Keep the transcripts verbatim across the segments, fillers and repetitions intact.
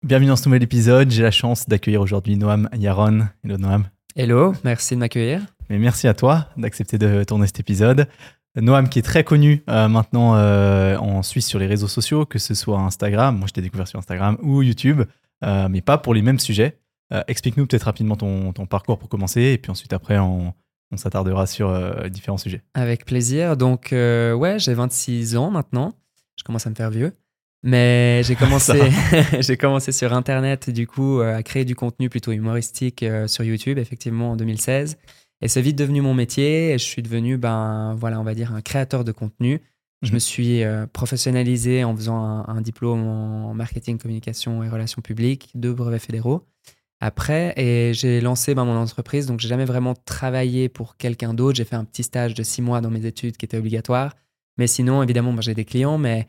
Bienvenue dans ce nouvel épisode. J'ai la chance d'accueillir aujourd'hui Noam Yaron. Hello Noam. Hello, merci de m'accueillir. Mais merci à toi d'accepter de tourner cet épisode. Noam qui est très connu euh, maintenant euh, en Suisse sur les réseaux sociaux, que ce soit Instagram, moi je t'ai découvert sur Instagram, ou YouTube, euh, mais pas pour les mêmes sujets. Euh, explique-nous peut-être rapidement ton, ton parcours pour commencer, et puis ensuite après on, on s'attardera sur euh, différents sujets. Avec plaisir. Donc, euh, ouais, j'ai vingt-six ans maintenant. Je commence à me faire vieux. Mais j'ai commencé, j'ai commencé sur Internet, du coup, euh, à créer du contenu plutôt humoristique euh, sur YouTube, effectivement, en deux mille seize. Et c'est vite devenu mon métier. Et je suis devenu, ben, voilà, on va dire, un créateur de contenu. Je Mhm. me suis euh, professionnalisé en faisant un, un diplôme en marketing, communication et relations publiques, deux brevets fédéraux. Après, et j'ai lancé ben, mon entreprise, donc j'ai jamais vraiment travaillé pour quelqu'un d'autre. J'ai fait un petit stage de six mois dans mes études qui était obligatoire. Mais sinon, évidemment, ben, j'ai des clients, mais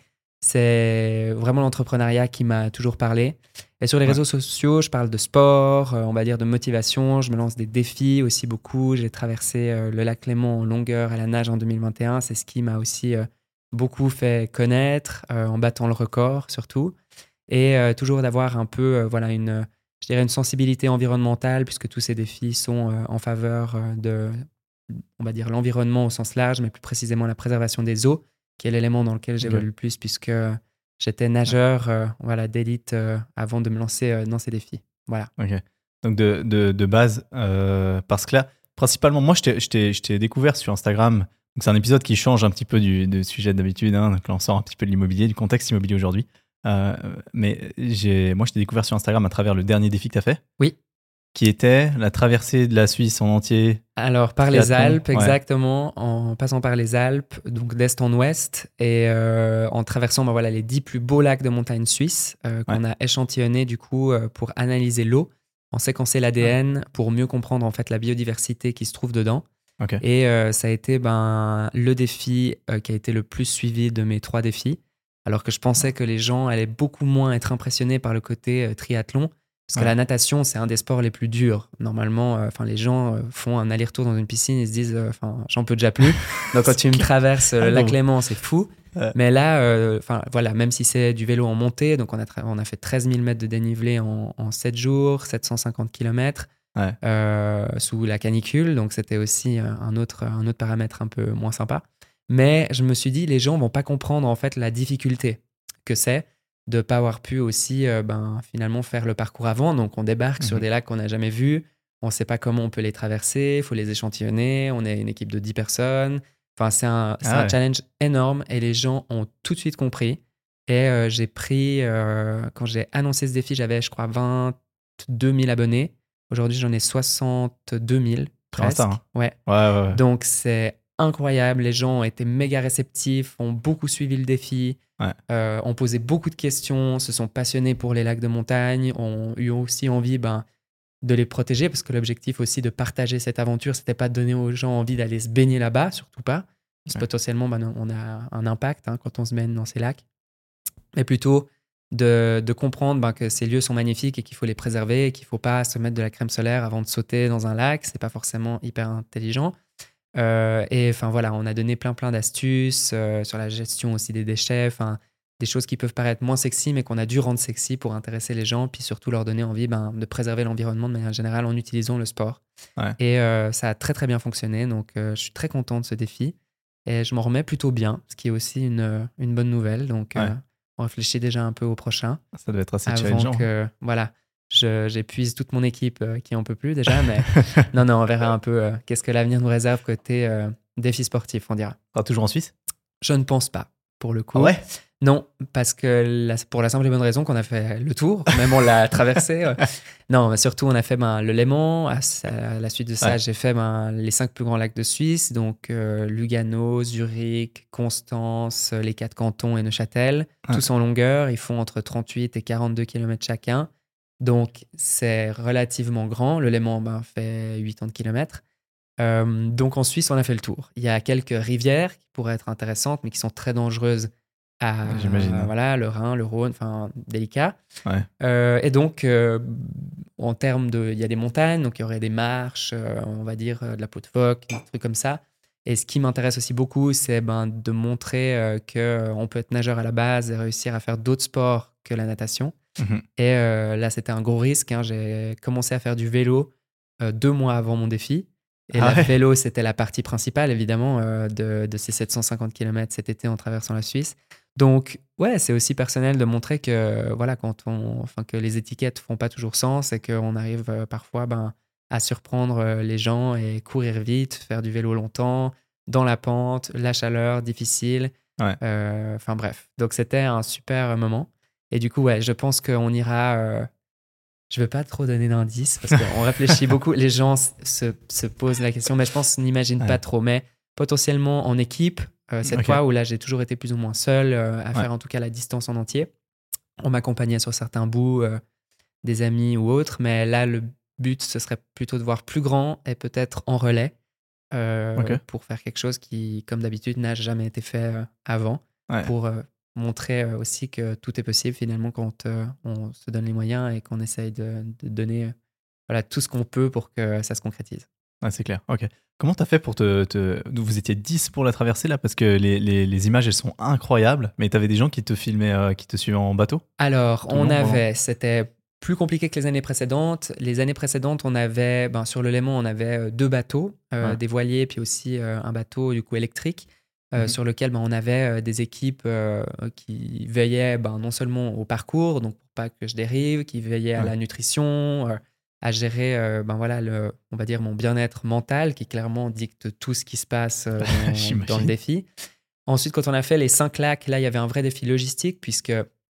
c'est vraiment l'entrepreneuriat qui m'a toujours parlé. Et sur les Ouais. réseaux sociaux, je parle de sport, euh, on va dire de motivation. Je me lance des défis aussi beaucoup. J'ai traversé euh, le lac Léman en longueur à la nage en deux mille vingt et un. C'est ce qui m'a aussi euh, beaucoup fait connaître, euh, en battant le record surtout. Et euh, toujours d'avoir un peu, euh, voilà, une je dirais une sensibilité environnementale, puisque tous ces défis sont euh, en faveur euh, de, on va dire, l'environnement au sens large, mais plus précisément la préservation des eaux, qui est l'élément dans lequel Ok. j'évolue le plus, puisque j'étais nageur euh, voilà, d'élite euh, avant de me lancer euh, dans ces défis. Voilà. Ok. Donc de, de, de base, euh, parce que là, principalement, moi je t'ai, je t'ai, je t'ai découvert sur Instagram. Donc c'est un épisode qui change un petit peu du, du sujet d'habitude. Hein, donc là, on sort un petit peu de l'immobilier, du contexte immobilier aujourd'hui. Euh, mais j'ai, moi je t'ai découvert sur Instagram à travers le dernier défi que tu as fait, Oui. qui était la traversée de la Suisse en entier, Alors, par les triathlon. Alpes, Ouais, exactement, en passant par les Alpes, donc d'est en ouest, et euh, en traversant ben voilà, les dix plus beaux lacs de montagne suisse euh, ouais. qu'on a échantillonnés du coup euh, pour analyser l'eau, en séquencer Ah, l'A D N, pour mieux comprendre en fait la biodiversité qui se trouve dedans. ok. Et euh, ça a été ben, le défi euh, qui a été le plus suivi de mes trois défis, alors que je pensais que les gens allaient beaucoup moins être impressionnés par le côté euh, triathlon. Parce que Ouais. la natation, c'est un des sports les plus durs. Normalement, euh, enfin, les gens euh, font un aller-retour dans une piscine et se disent, euh, enfin, j'en peux déjà plus. Donc, quand C'est tu me clair. traverses euh, Ah, le lac donc, Léman, c'est fou. ouais. Mais là, euh, enfin, voilà, même si c'est du vélo en montée, donc on a, tra- on a fait treize mille mètres de dénivelé en, en sept jours, sept cent cinquante kilomètres Ouais. euh, sous la canicule. Donc, c'était aussi euh, un autre, un autre paramètre un peu moins sympa. Mais je me suis dit, les gens vont pas comprendre en fait la difficulté que c'est de pas avoir pu aussi euh, ben, finalement faire le parcours avant. Donc on débarque sur Mhm. des lacs qu'on n'a jamais vus, on ne sait pas comment on peut les traverser, il faut les échantillonner, on est une équipe de dix personnes. Enfin, c'est un, c'est Ah un ouais. challenge énorme et les gens ont tout de suite compris. Et euh, j'ai pris, euh, quand j'ai annoncé ce défi, j'avais je crois vingt-deux mille abonnés. Aujourd'hui, j'en ai soixante-deux mille Sur Insta, presque. hein. Ouais. Ouais, ouais, ouais. Donc c'est incroyable, les gens ont été méga réceptifs, ont beaucoup suivi le défi. Ouais. Euh, ont posé beaucoup de questions, se sont passionnés pour les lacs de montagne, ont eu aussi envie ben, de les protéger, parce que l'objectif aussi de partager cette aventure, c'était pas de donner aux gens envie d'aller se baigner là-bas, surtout pas. Parce que Ouais. potentiellement, ben, on a un impact hein, quand on se baigne dans ces lacs, mais plutôt de, de comprendre ben, que ces lieux sont magnifiques et qu'il faut les préserver, et qu'il faut pas se mettre de la crème solaire avant de sauter dans un lac, c'est pas forcément hyper intelligent. Euh, et enfin voilà, on a donné plein plein d'astuces euh, sur la gestion aussi des déchets, enfin des choses qui peuvent paraître moins sexy, mais qu'on a dû rendre sexy pour intéresser les gens, puis surtout leur donner envie ben, de préserver l'environnement de manière générale en utilisant le sport. Ouais. Et euh, ça a très très bien fonctionné, donc euh, je suis très content de ce défi et je m'en remets plutôt bien, ce qui est aussi une, une bonne nouvelle. Donc euh, Ouais. on réfléchit déjà un peu au prochain Ça doit être assez avant challengeant. que voilà, je, j'épuise toute mon équipe euh, qui en peut plus déjà, mais non, non, on verra un peu euh, qu'est-ce que l'avenir nous réserve côté euh, défi sportif, on dira. Sera toujours en Suisse? Je ne pense pas, pour le Ah coup. ouais? Non, parce que la- pour la simple et bonne raison qu'on a fait le tour, même on l'a traversé. euh. Non, mais surtout, on a fait ben, le Léman. À, à la suite de ça, Ouais. j'ai fait ben, les cinq plus grands lacs de Suisse, donc euh, Lugano, Zurich, Constance, euh, les quatre cantons et Neuchâtel. Ouais. Tous en longueur, ils font entre trente-huit et quarante-deux kilomètres chacun. Donc, c'est relativement grand. Le Léman ben, fait quatre-vingts kilomètres. Euh, donc en Suisse, on a fait le tour. Il y a quelques rivières qui pourraient être intéressantes, mais qui sont très dangereuses à J'imagine. Hein. voilà, le Rhin, le Rhône, enfin délicat. Ouais. Euh, et donc, euh, en termes de, il y a des montagnes, donc il y aurait des marches, euh, on va dire euh, de la peau de phoque, des trucs comme ça. Et ce qui m'intéresse aussi beaucoup, c'est ben, de montrer euh, que euh, on peut être nageur à la base et réussir à faire d'autres sports que la natation. Mhm. Et euh, là, c'était un gros risque. Hein. J'ai commencé à faire du vélo euh, deux mois avant mon défi. Et Ah le ouais. vélo, c'était la partie principale, évidemment, euh, de, de ces sept cent cinquante kilomètres cet été en traversant la Suisse. Donc, ouais, c'est aussi personnel de montrer que, voilà, quand on, enfin, que les étiquettes font pas toujours sens et qu'on arrive euh, parfois ben, à surprendre euh, les gens et courir vite, faire du vélo longtemps, dans la pente, la chaleur, difficile. Ouais. Euh, Enfin, bref. Donc, c'était un super moment. Et du coup, ouais, je pense qu'on ira. Euh, je ne veux pas trop donner d'indices parce qu'on réfléchit beaucoup. Les gens s- se, se posent la question, mais je pense qu'on n'imagine pas Ouais. trop. Mais potentiellement en équipe, euh, cette Ok. fois où là, j'ai toujours été plus ou moins seul euh, à Ouais. faire en tout cas la distance en entier. On m'accompagnait sur certains bouts, euh, des amis ou autres. Mais là, le but, ce serait plutôt de voir plus grand et peut-être en relais euh, Ok. pour faire quelque chose qui, comme d'habitude, n'a jamais été fait euh, avant. Ouais. Pour euh, montrer euh, aussi que tout est possible finalement quand euh, on se donne les moyens et qu'on essaye de, de donner euh, voilà, tout ce qu'on peut pour que ça se concrétise. Ouais, c'est clair. Ok. Comment t'as fait pour te, te- Vous étiez dix pour la traversée là parce que les, les, les images elles sont incroyables, mais t'avais des gens qui te filmaient, euh, qui te suivaient en bateau Alors, tout le on long pendant. avait, c'était plus compliqué que les années précédentes. Les années précédentes, on avait, ben, sur le Léman, on avait euh, deux bateaux, euh, Ouais. des voiliers, puis aussi euh, un bateau du coup électrique, euh, Mhm. sur lequel ben, on avait euh, des équipes euh, qui veillaient ben, non seulement au parcours, donc pour pas que je dérive, qui veillaient à Ouais. la nutrition, euh, à gérer, euh, ben voilà, le, on va dire mon bien-être mental, qui clairement dicte tout ce qui se passe euh, dans, dans le J'imagine. défi. Ensuite, quand on a fait les cinq lacs, là, il y avait un vrai défi logistique puisque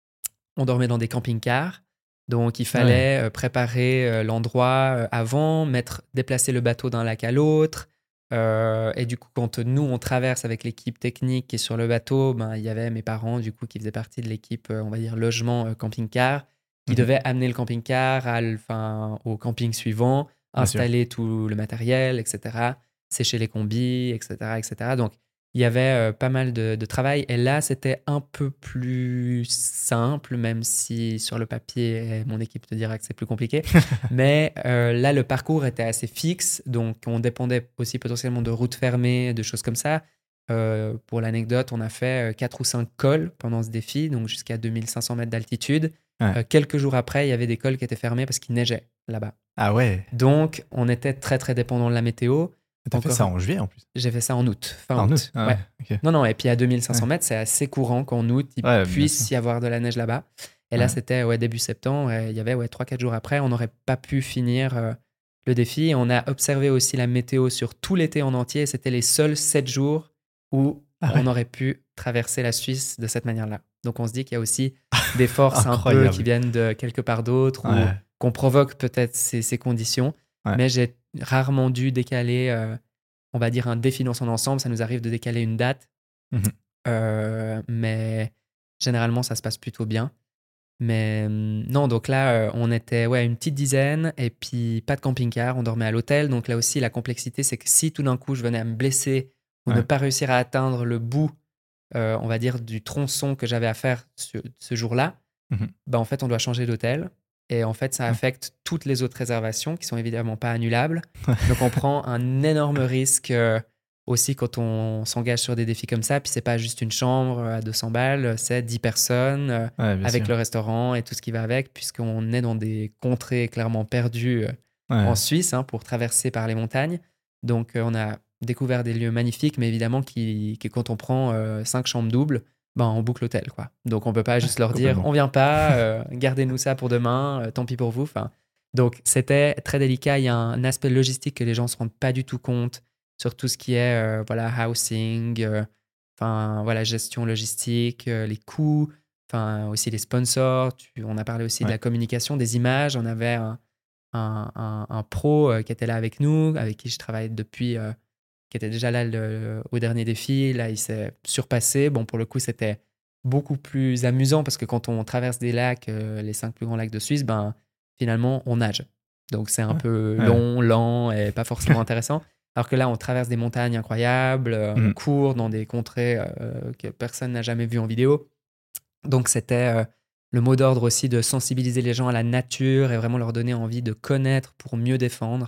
on dormait dans des camping-cars. Donc, il Ouais. fallait euh, préparer euh, l'endroit euh, avant, mettre, déplacer le bateau d'un lac à l'autre. Euh, et du coup, quand nous, on traverse avec l'équipe technique qui est sur le bateau, ben, il y avait mes parents, du coup, qui faisaient partie de l'équipe, euh, on va dire, logement euh, camping-car, qui Mhm. devaient amener le camping-car à l- enfin, au camping suivant, Bien sûr. installer tout le matériel, et cetera, sécher les combis, et cetera, et cetera. Donc, il y avait euh, pas mal de, de travail. Et là, c'était un peu plus simple, même si sur le papier, mon équipe te dira que c'est plus compliqué. Mais euh, là, le parcours était assez fixe. Donc, on dépendait aussi potentiellement de routes fermées, de choses comme ça. Euh, pour l'anecdote, on a fait euh, quatre ou cinq cols pendant ce défi, donc jusqu'à deux mille cinq cents mètres d'altitude. Ouais. Euh, quelques jours après, il y avait des cols qui étaient fermés parce qu'il neigeait là-bas. Ah ouais. Donc, on était très, très dépendant de la météo. T'as fait ça Encore en juillet en plus. j'ai fait ça en août, fin Ah, en août. août. Ah Ouais. ouais. Ok. Non, non, et puis à deux mille cinq cents Ouais. mètres, c'est assez courant qu'en août, il Ouais, bien sûr. puisse y avoir de la neige là-bas. Et là, Ouais. c'était ouais, début septembre, et il y avait ouais, trois quatre jours après, on n'aurait pas pu finir euh, le défi. Et on a observé aussi la météo sur tout l'été en entier. C'était les seuls sept jours où Ah on ouais. aurait pu traverser la Suisse de cette manière-là. Donc on se dit qu'il y a aussi des forces un peu qui Incroyable. viennent de quelque part d'autre ou Ouais. qu'on provoque peut-être ces, ces conditions. Ouais. Mais j'ai rarement dû décaler. Euh, on va dire un défi dans son ensemble, ça nous arrive de décaler une date, Mhm. euh, mais généralement ça se passe plutôt bien. Mais hum, non, donc là euh, on était ouais, une petite dizaine et puis pas de camping-car, on dormait à l'hôtel. Donc là aussi la complexité c'est que si tout d'un coup je venais à me blesser ou ne Ouais. pas réussir à atteindre le bout, euh, on va dire du tronçon que j'avais à faire ce, ce jour-là, Mhm. bah, en fait on doit changer d'hôtel. Et en fait, ça Ouais. affecte toutes les autres réservations qui sont évidemment pas annulables. Donc, on prend un énorme risque euh, aussi quand on s'engage sur des défis comme ça. Puis, c'est pas juste une chambre à deux cents balles, c'est dix personnes euh, Ouais, bien avec sûr. le restaurant et tout ce qui va avec, puisqu'on est dans des contrées clairement perdues euh, en Ouais. Suisse hein, pour traverser par les montagnes. Donc, euh, on a découvert des lieux magnifiques, mais évidemment, qui, qui quand on prend euh, cinq chambres doubles, ben, on boucle l'hôtel, quoi. Donc, on peut pas juste leur dire, Complètement. on vient pas, euh, gardez-nous ça pour demain, euh, tant pis pour vous. Enfin, donc, c'était très délicat. Il y a un aspect logistique que les gens se rendent pas du tout compte sur tout ce qui est, euh, voilà, housing, euh, enfin, voilà, gestion logistique, euh, les coûts, enfin, aussi les sponsors. Tu- on a parlé aussi de Ouais. la communication, des images. On avait un, un, un- un pro euh, qui était là avec nous, avec qui je travaille depuis, euh, qui était déjà là le- au dernier défi. Là, il s'est surpassé. Bon, pour le coup, c'était beaucoup plus amusant parce que quand on traverse des lacs, euh, les cinq plus grands lacs de Suisse, ben, finalement, on nage. Donc, c'est un Ouais. peu Ouais. long, lent et pas forcément intéressant. Alors que là, on traverse des montagnes incroyables, euh, on Mhm. court dans des contrées euh, que personne n'a jamais vues en vidéo. Donc, c'était euh, le mot d'ordre aussi de sensibiliser les gens à la nature et vraiment leur donner envie de connaître pour mieux défendre.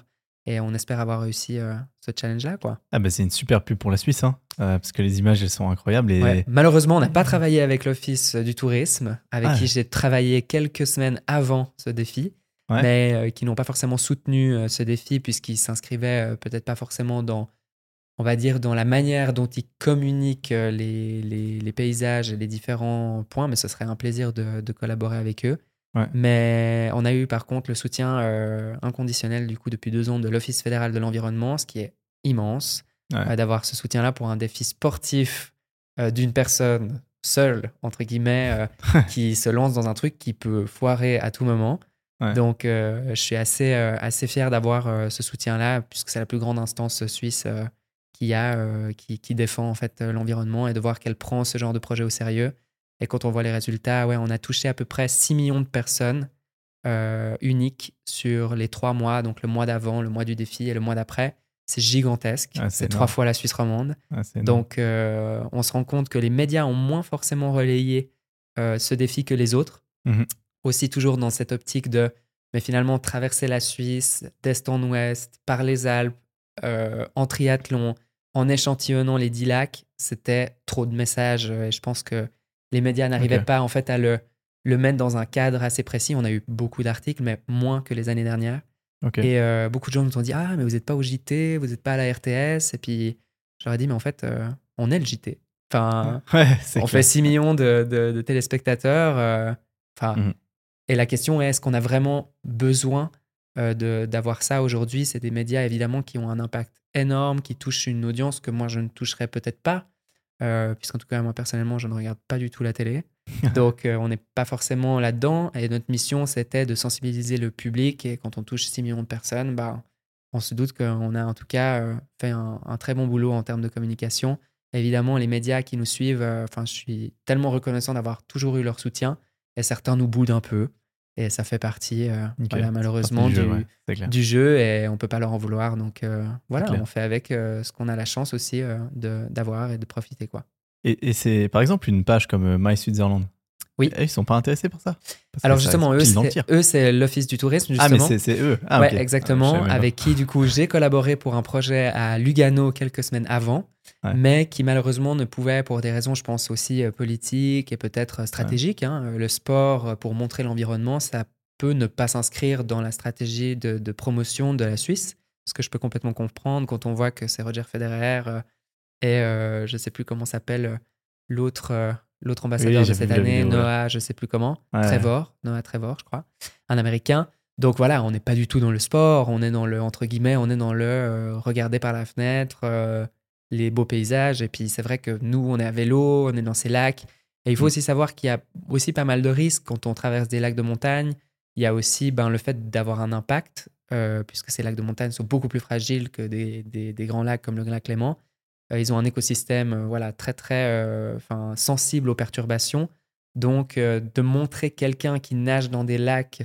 Et on espère avoir réussi euh, ce challenge-là, quoi. Ah bah c'est une super pub pour la Suisse, hein, euh, parce que les images, elles sont incroyables. Et... Ouais. Malheureusement, on n'a pas travaillé avec l'Office du tourisme, avec Ah, qui j'ai travaillé quelques semaines avant ce défi, ouais. mais euh, qui n'ont pas forcément soutenu euh, ce défi, puisqu'ils s'inscrivaient euh, peut-être pas forcément dans, on va dire, dans la manière dont ils communiquent euh, les, les, les paysages et les différents points, mais ce serait un plaisir de, de collaborer avec eux. Ouais. Mais on a eu par contre le soutien euh, inconditionnel du coup depuis deux ans de l'Office fédéral de l'environnement, ce qui est immense Ouais. euh, d'avoir ce soutien-là pour un défi sportif euh, d'une personne seule, entre guillemets, euh, qui se lance dans un truc qui peut foirer à tout moment. Ouais. Donc euh, je suis assez, euh, assez fier d'avoir euh, ce soutien-là, puisque c'est la plus grande instance suisse euh, qu'il y a, euh, qui, qui défend en fait euh, l'environnement, et de voir qu'elle prend ce genre de projet au sérieux. Et quand on voit les résultats, ouais, on a touché à peu près six millions de personnes euh, uniques sur les trois mois, donc le mois d'avant, le mois du défi et le mois d'après. C'est gigantesque. Ah, c'est c'est trois énorme. fois la Suisse romande. Ah, c'est énorme. Donc, euh, on se rend compte que les médias ont moins forcément relayé euh, ce défi que les autres. Mhm. Aussi, toujours dans cette optique de, mais finalement, traverser la Suisse d'est en ouest, par les Alpes, euh, en triathlon, en échantillonnant les dix lacs, c'était trop de messages. euh, Et je pense que les médias n'arrivaient Ok. pas en fait à le, le mettre dans un cadre assez précis. On a eu beaucoup d'articles, mais moins que les années dernières. Ok. Et euh, beaucoup de gens nous ont dit: Ah, mais vous n'êtes pas au J T, vous n'êtes pas à la R T S. Et puis, j'aurais dit: Mais en fait, euh, on est le J T. Enfin, Ouais, c'est on clair. fait six millions de, de- de téléspectateurs. euh, Enfin, Mhm. et la question est: est-ce qu'on a vraiment besoin euh, de- d'avoir ça aujourd'hui? C'est des médias, évidemment, qui ont un impact énorme, qui touchent une audience que moi, je ne toucherais peut-être pas. Euh, puisqu'en tout cas, moi, personnellement, je ne regarde pas du tout la télé. Donc, euh, on n'est pas forcément là-dedans. Et notre mission, c'était de sensibiliser le public. Et quand on touche six millions de personnes, bah, on se doute qu'on a en tout cas euh, fait un, un très bon boulot en termes de communication. Évidemment, les médias qui nous suivent, euh, enfin, je suis tellement reconnaissant d'avoir toujours eu leur soutien. Et certains nous boudent un peu. Et ça fait partie, euh, Ok. voilà, C'est malheureusement, partie du jeu, du, ouais, c'est clair. du jeu. Et on ne peut pas leur en vouloir. Donc, euh, voilà, clair. on fait avec euh, ce qu'on a la chance aussi euh, de- d'avoir et de profiter, quoi. Et, et c'est par exemple une page comme euh, My Switzerland. Oui. Et ils sont pas intéressés pour ça? Parce Alors que ça justement, eux, pile dans le c'est, tir. eux, c'est l'Office du tourisme, Ah, mais justement. c'est c'est eux. Ah, Ouais, ok. Ah, je exactement. savais même Avec pas. qui, du coup, j'ai collaboré pour un projet à Lugano quelques semaines avant, Ouais. mais qui malheureusement ne pouvait, pour des raisons, je pense, aussi euh, politiques et peut-être euh, stratégiques. hein. Le sport, euh, pour montrer l'environnement, ça peut ne pas s'inscrire dans la stratégie de, de promotion de la Suisse. Ce que je peux complètement comprendre quand on voit que c'est Roger Federer euh, et euh, je ne sais plus comment s'appelle euh, l'autre euh, l'autre Oui, ambassadeur de j'ai cette vu la année, vidéo. Ouais. Noah, je ne sais plus comment, Ouais. Trevor, Noah Trevor, je crois, un Américain. Donc voilà, on n'est pas du tout dans le sport, on est dans le, entre guillemets, on est dans le euh, regarder par la fenêtre, euh, les beaux paysages. Et puis c'est vrai que nous, on est à vélo, on est dans ces lacs. Et il faut Mm. aussi savoir qu'il y a aussi pas mal de risques quand on traverse des lacs de montagne. Il y a aussi ben, le fait d'avoir un impact, euh, puisque ces lacs de montagne sont beaucoup plus fragiles que des, des- des grands lacs comme le lac Léman. Euh, ils ont un écosystème euh, voilà, très, très euh, enfin, sensible aux perturbations. Donc, euh, de montrer quelqu'un qui nage dans des lacs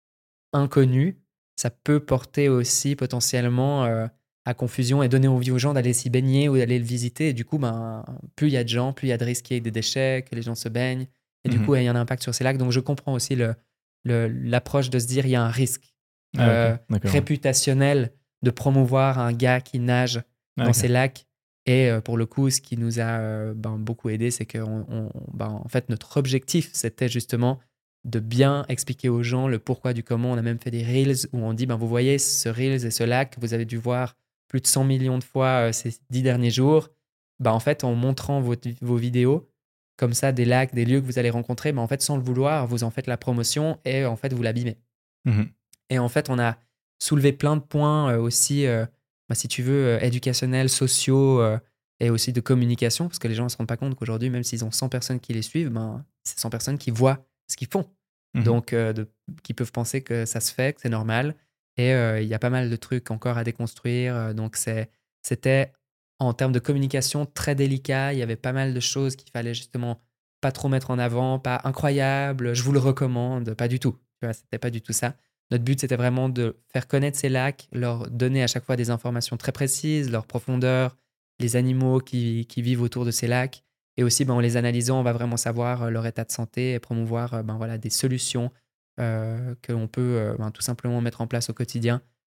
inconnus, ça peut porter aussi potentiellement euh, à confusion et donner envie aux gens d'aller s'y baigner ou d'aller le visiter. Et du coup, ben, plus il y a de gens, plus il y a de risques qu'il y ait des déchets, que les gens se baignent. Et du Mhm. coup, il y a un impact sur ces lacs. Donc, je comprends aussi le, le- l'approche de se dire il y a un risque Ah, ok. euh, D'accord. ouais. réputationnel de promouvoir un gars qui nage Ah, dans ok. ces lacs. Et euh, pour le coup, ce qui nous a euh, ben, beaucoup aidé, c'est que on, on- ben, en fait, notre objectif, c'était justement de bien expliquer aux gens le pourquoi du comment. On a même fait des reels où on dit, ben, vous voyez ce reels et ce lac, vous avez dû voir plus de cent millions de fois euh, ces dix derniers jours. Ben, en fait, en montrant vos, vos vidéos, comme ça, des lacs, des lieux que vous allez rencontrer, ben, en fait, sans le vouloir, vous en faites la promotion et en fait, vous l'abîmez. Mhm. Et en fait, on a soulevé plein de points euh, aussi, euh, bah, si tu veux, euh, éducationnels, sociaux euh, et aussi de communication, parce que les gens ne se rendent pas compte qu'aujourd'hui, même s'ils ont cent personnes qui les suivent, ben, c'est cent personnes qui voient ce qu'ils font. Mhm. Donc, euh, de- qui peuvent penser que ça se fait, que c'est normal. Et euh, il y a pas mal de trucs encore à déconstruire. euh, donc, c'est, c'était en termes de communication très délicat. Il y avait pas mal de choses qu'il fallait justement pas trop mettre en avant, pas incroyable, je vous le recommande, pas du tout. Tu vois, c'était pas du tout ça. Notre but, c'était vraiment de faire connaître ces lacs, leur donner à chaque fois des informations très précises, leur profondeur, les animaux qui, qui vivent autour de ces lacs. Et aussi, ben, en les analysant, on va vraiment savoir euh, leur état de santé et promouvoir euh, ben, voilà, des solutions euh, que l'on peut euh, ben, tout simplement mettre en place au quotidien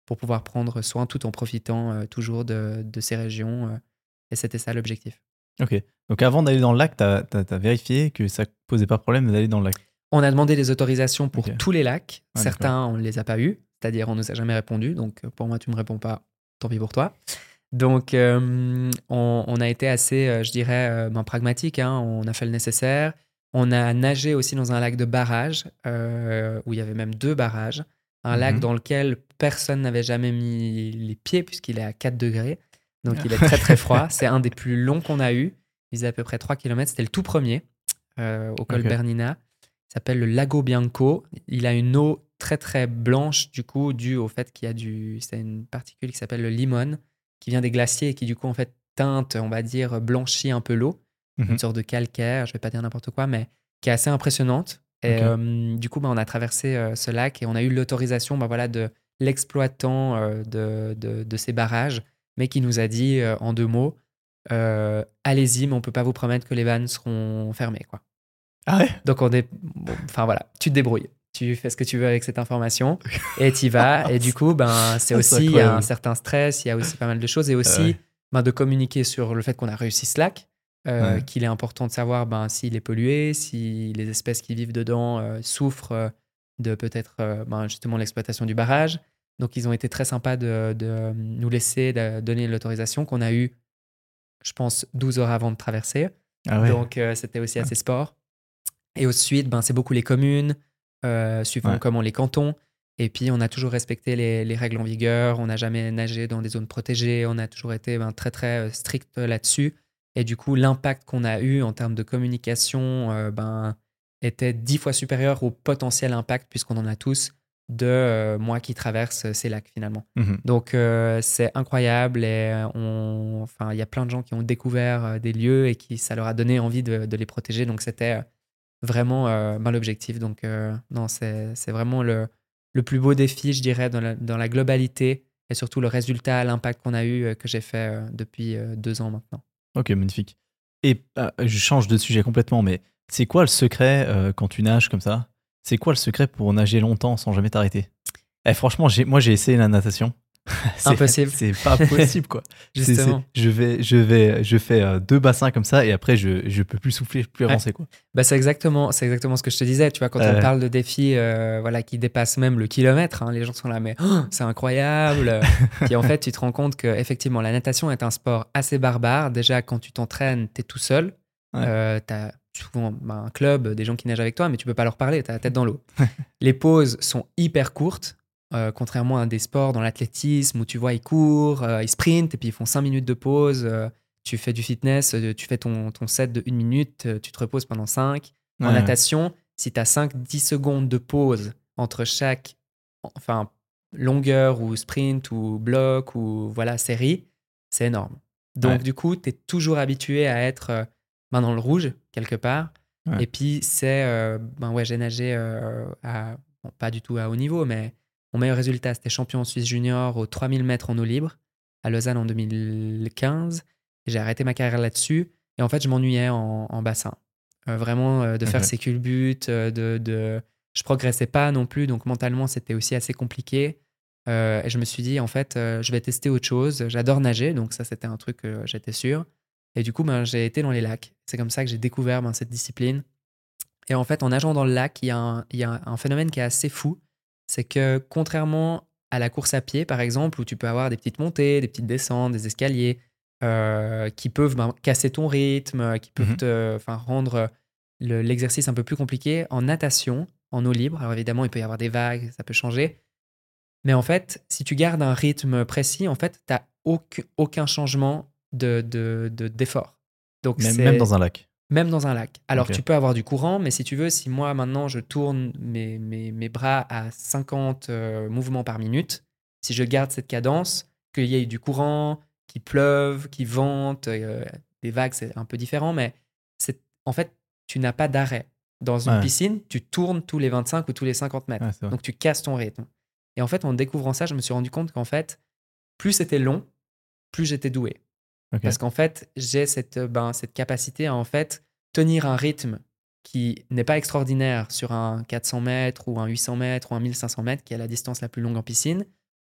pour pouvoir prendre soin tout en profitant euh, toujours de, de ces régions. euh, et c'était ça l'objectif. Ok. Donc avant d'aller dans le lac, tu as vérifié que ça posait pas problème d'aller dans le lac. On a demandé des autorisations pour Ok. tous les lacs. Ah, Certains, on ne les a pas eus, c'est-à-dire on ne nous a jamais répondu. Donc euh, pour moi, tu ne me réponds pas, tant pis pour toi. Donc euh, on, on a été assez, euh, je dirais, euh, ben, pragmatique. Hein. On a fait le nécessaire. On a nagé aussi dans un lac de barrage, euh, où il y avait même deux barrages. Un lac Mhm. dans lequel personne n'avait jamais mis les pieds, puisqu'il est à quatre degrés. Donc il est très très froid. C'est un des plus longs qu'on a eu. Il faisait à peu près trois kilomètres. C'était le tout premier, euh, au col Ok. Bernina. Il s'appelle le Lago Bianco. Il a une eau très très blanche, du coup, due au fait qu'il y a du. C'est une particule qui s'appelle le limone, qui vient des glaciers et qui, du coup, en fait, teinte, on va dire, blanchit un peu l'eau. Une Mhm. sorte de calcaire, je vais pas dire n'importe quoi, mais qui est assez impressionnante. Et Ok. euh, du coup, bah, on a traversé euh, ce lac et on a eu l'autorisation bah, voilà, de l'exploitant euh, de, de, de ces barrages, mais qui nous a dit euh, en deux mots euh, allez-y, mais on peut pas vous promettre que les vannes seront fermées, quoi. Ah ouais. Donc, on est. Bon, enfin voilà, tu te débrouilles. Tu fais ce que tu veux avec cette information et tu y vas. Et du coup, ben, c'est Ah, c'est aussi il y a un incroyable. certain stress, il y a aussi pas mal de choses. Et Ah aussi ouais. ben, de communiquer sur le fait qu'on a réussi ce lac, euh, Ouais. qu'il est important de savoir ben, s'il est pollué, si les espèces qui vivent dedans euh, souffrent euh, de peut-être euh, ben, justement l'exploitation du barrage. Donc, ils ont été très sympas de, de nous laisser de donner l'autorisation qu'on a eue, je pense, douze heures avant de traverser. Ah ouais. Donc, euh, c'était aussi Ouais. assez sport. Et ensuite, ben, c'est beaucoup les communes, euh, suivant Ouais. comment les cantons. Et puis, on a toujours respecté les, les règles en vigueur. On n'a jamais nagé dans des zones protégées. On a toujours été ben, très, très euh, strict là-dessus. Et du coup, l'impact qu'on a eu en termes de communication euh, ben, était dix fois supérieur au potentiel impact, puisqu'on en a tous, de euh, moi qui traverse ces lacs finalement. Mhm. Donc, euh, c'est incroyable. Et on, enfin, il y a plein de gens qui ont découvert euh, des lieux et qui ça leur a donné envie de, de les protéger. Donc, c'était vraiment euh, ben, l'objectif. Donc, euh, non, c'est, c'est vraiment le, le plus beau défi, je dirais, dans la, dans la globalité et surtout le résultat, l'impact qu'on a eu, euh, que j'ai fait euh, depuis euh, deux ans maintenant. Ok, magnifique. Et euh, je change de sujet complètement, mais c'est quoi le secret euh, quand tu nages comme ça? C'est quoi le secret pour nager longtemps sans jamais t'arrêter? Eh, franchement, j'ai, moi j'ai essayé la natation. c'est, Impossible, c'est pas possible quoi. C'est, c'est, justement. je vais, je vais, je fais euh, deux bassins comme ça et après je, je peux plus souffler, plus Ouais. avancer quoi. Bah, c'est exactement, c'est exactement ce que je te disais. Tu vois, quand on Euh, parle de défis euh, voilà, qui dépassent même le kilomètre, hein, les gens sont là, mais oh, c'est incroyable. Puis en fait, tu te rends compte que effectivement, la natation est un sport assez barbare. Déjà, quand tu t'entraînes, tu es tout seul. ouais. Euh, tu as souvent bah, un club, des gens qui nagent avec toi, mais tu peux pas leur parler, tu as la tête dans l'eau. Les pauses sont hyper courtes, euh, contrairement à des sports dans l'athlétisme où tu vois, ils courent, euh, ils sprintent et puis ils font cinq minutes de pause. euh, tu fais du fitness, euh, tu fais ton, ton set de une minute, euh, tu te reposes pendant cinq. En Ouais. natation, si tu as cinq dix secondes de pause entre chaque enfin, longueur ou sprint ou bloc ou voilà, série, c'est énorme. Donc, Ouais. du coup, tu es toujours habitué à être euh, ben, dans le rouge, quelque part. Ouais. Et puis, c'est. euh, ben ouais, j'ai nagé euh, à. Bon, pas du tout à haut niveau, mais mon meilleur résultat, c'était champion en Suisse junior aux trois mille mètres en eau libre à Lausanne en deux mille quinze. Et j'ai arrêté ma carrière là-dessus. Et en fait, je m'ennuyais en, en bassin. Euh, vraiment, euh, de faire Ok. ses culbutes, euh, de, de. Je progressais pas non plus, donc mentalement, c'était aussi assez compliqué. Euh, et je me suis dit, en fait, euh, je vais tester autre chose. J'adore nager, donc ça, c'était un truc que j'étais sûr. Et du coup, ben, j'ai été dans les lacs. C'est comme ça que j'ai découvert ben, cette discipline. Et en fait, en nageant dans le lac, il y a un, il y a un phénomène qui est assez fou. C'est que contrairement à la course à pied, par exemple, où tu peux avoir des petites montées, des petites descentes, des escaliers, euh, qui peuvent ben, casser ton rythme, qui peuvent Mhm. te enfin, rendre le- l'exercice un peu plus compliqué, en natation, en eau libre, alors évidemment, il peut y avoir des vagues, ça peut changer. Mais en fait, si tu gardes un rythme précis, en fait, tu n'as aucun, aucun changement de, de, de- d'effort. Donc, Même, même c'est dans un lac. même dans un lac. Alors, Ok. tu peux avoir du courant, mais si tu veux, si moi, maintenant, je tourne mes, mes, mes bras à cinquante euh, mouvements par minute, si je garde cette cadence, qu'il y ait du courant, qu'il pleuve, qu'il vente, euh, des vagues, c'est un peu différent, mais c'est, en fait, tu n'as pas d'arrêt. Dans une Ouais. piscine, tu tournes tous les vingt-cinq ou tous les cinquante mètres. Ouais, c'est vrai. Donc, tu casses ton rythme. Et en fait, en découvrant ça, je me suis rendu compte qu'en fait, plus c'était long, plus j'étais doué. Ok. Parce qu'en fait, j'ai cette, euh, ben, cette capacité à en fait tenir un rythme qui n'est pas extraordinaire sur un quatre cents mètres ou un huit cents mètres ou un mille cinq cents mètres, qui est la distance la plus longue en piscine.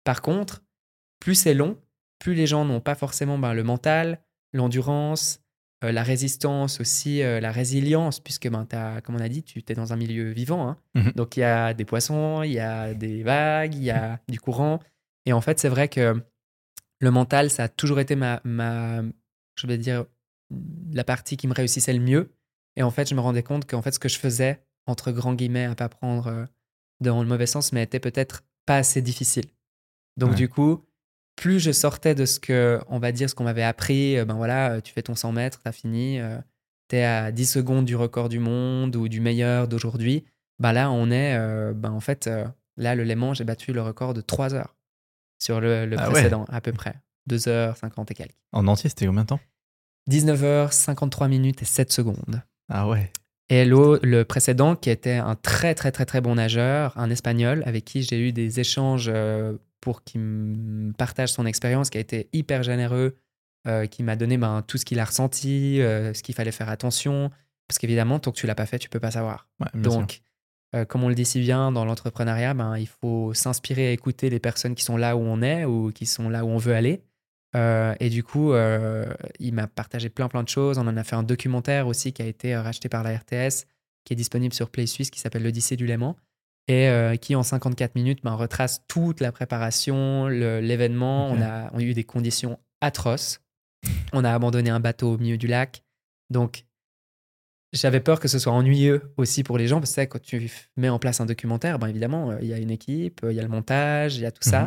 Par contre, plus c'est long, plus les gens n'ont pas forcément ben, le mental, l'endurance, euh, la résistance aussi, euh, la résilience, puisque, ben, t'as, comme on a dit, tu es dans un milieu vivant. Hein. Mhm. Donc, il y a des poissons, il y a des vagues, il y a du courant. Et en fait, c'est vrai que le mental, ça a toujours été ma, ma je vais dire, la partie qui me réussissait le mieux. Et en fait, je me rendais compte qu'en fait, ce que je faisais, entre grands guillemets, à pas prendre euh, dans le mauvais sens, mais était peut-être pas assez difficile. Donc, Ouais. du coup, plus je sortais de ce que, on va dire, ce qu'on m'avait appris, euh, ben voilà, euh, tu fais ton cent mètres, t'as fini, euh, t'es à dix secondes du record du monde ou du meilleur d'aujourd'hui, ben là, on est, euh, ben en fait, euh, là, le Léman, j'ai battu le record de trois heures sur le, le Ah ouais. précédent, à peu près. deux heures cinquante et quelques. En entier, c'était combien de temps? dix-neuf heures cinquante-trois minutes et sept secondes. Ah ouais. Et l'au- le précédent, qui était un très, très, très, très bon nageur, un Espagnol, avec qui j'ai eu des échanges euh, pour qu'il me partage son expérience, qui a été hyper généreux, euh, qui m'a donné ben, tout ce qu'il a ressenti, euh, ce qu'il fallait faire attention. Parce qu'évidemment, tant que tu l'as pas fait, tu peux pas savoir. Ouais, bien sûr. Donc, euh, comme on le dit si bien dans l'entrepreneuriat, ben, il faut s'inspirer et écouter les personnes qui sont là où on est ou qui sont là où on veut aller. Euh, et du coup, euh, il m'a partagé plein plein de choses. On en a fait un documentaire aussi qui a été euh, racheté par la R T S, qui est disponible sur Play Suisse, qui s'appelle L'Odyssée du Léman, et euh, qui en cinquante-quatre minutes ben, retrace toute la préparation, le- l'événement. Ok. On a, on a eu des conditions atroces. On a abandonné un bateau au milieu du lac. Donc, j'avais peur que ce soit ennuyeux aussi pour les gens, parce que c'est vrai, quand tu mets en place un documentaire, ben évidemment, euh, il y a une équipe, euh, il y a le montage, il y a tout ça. Mhm.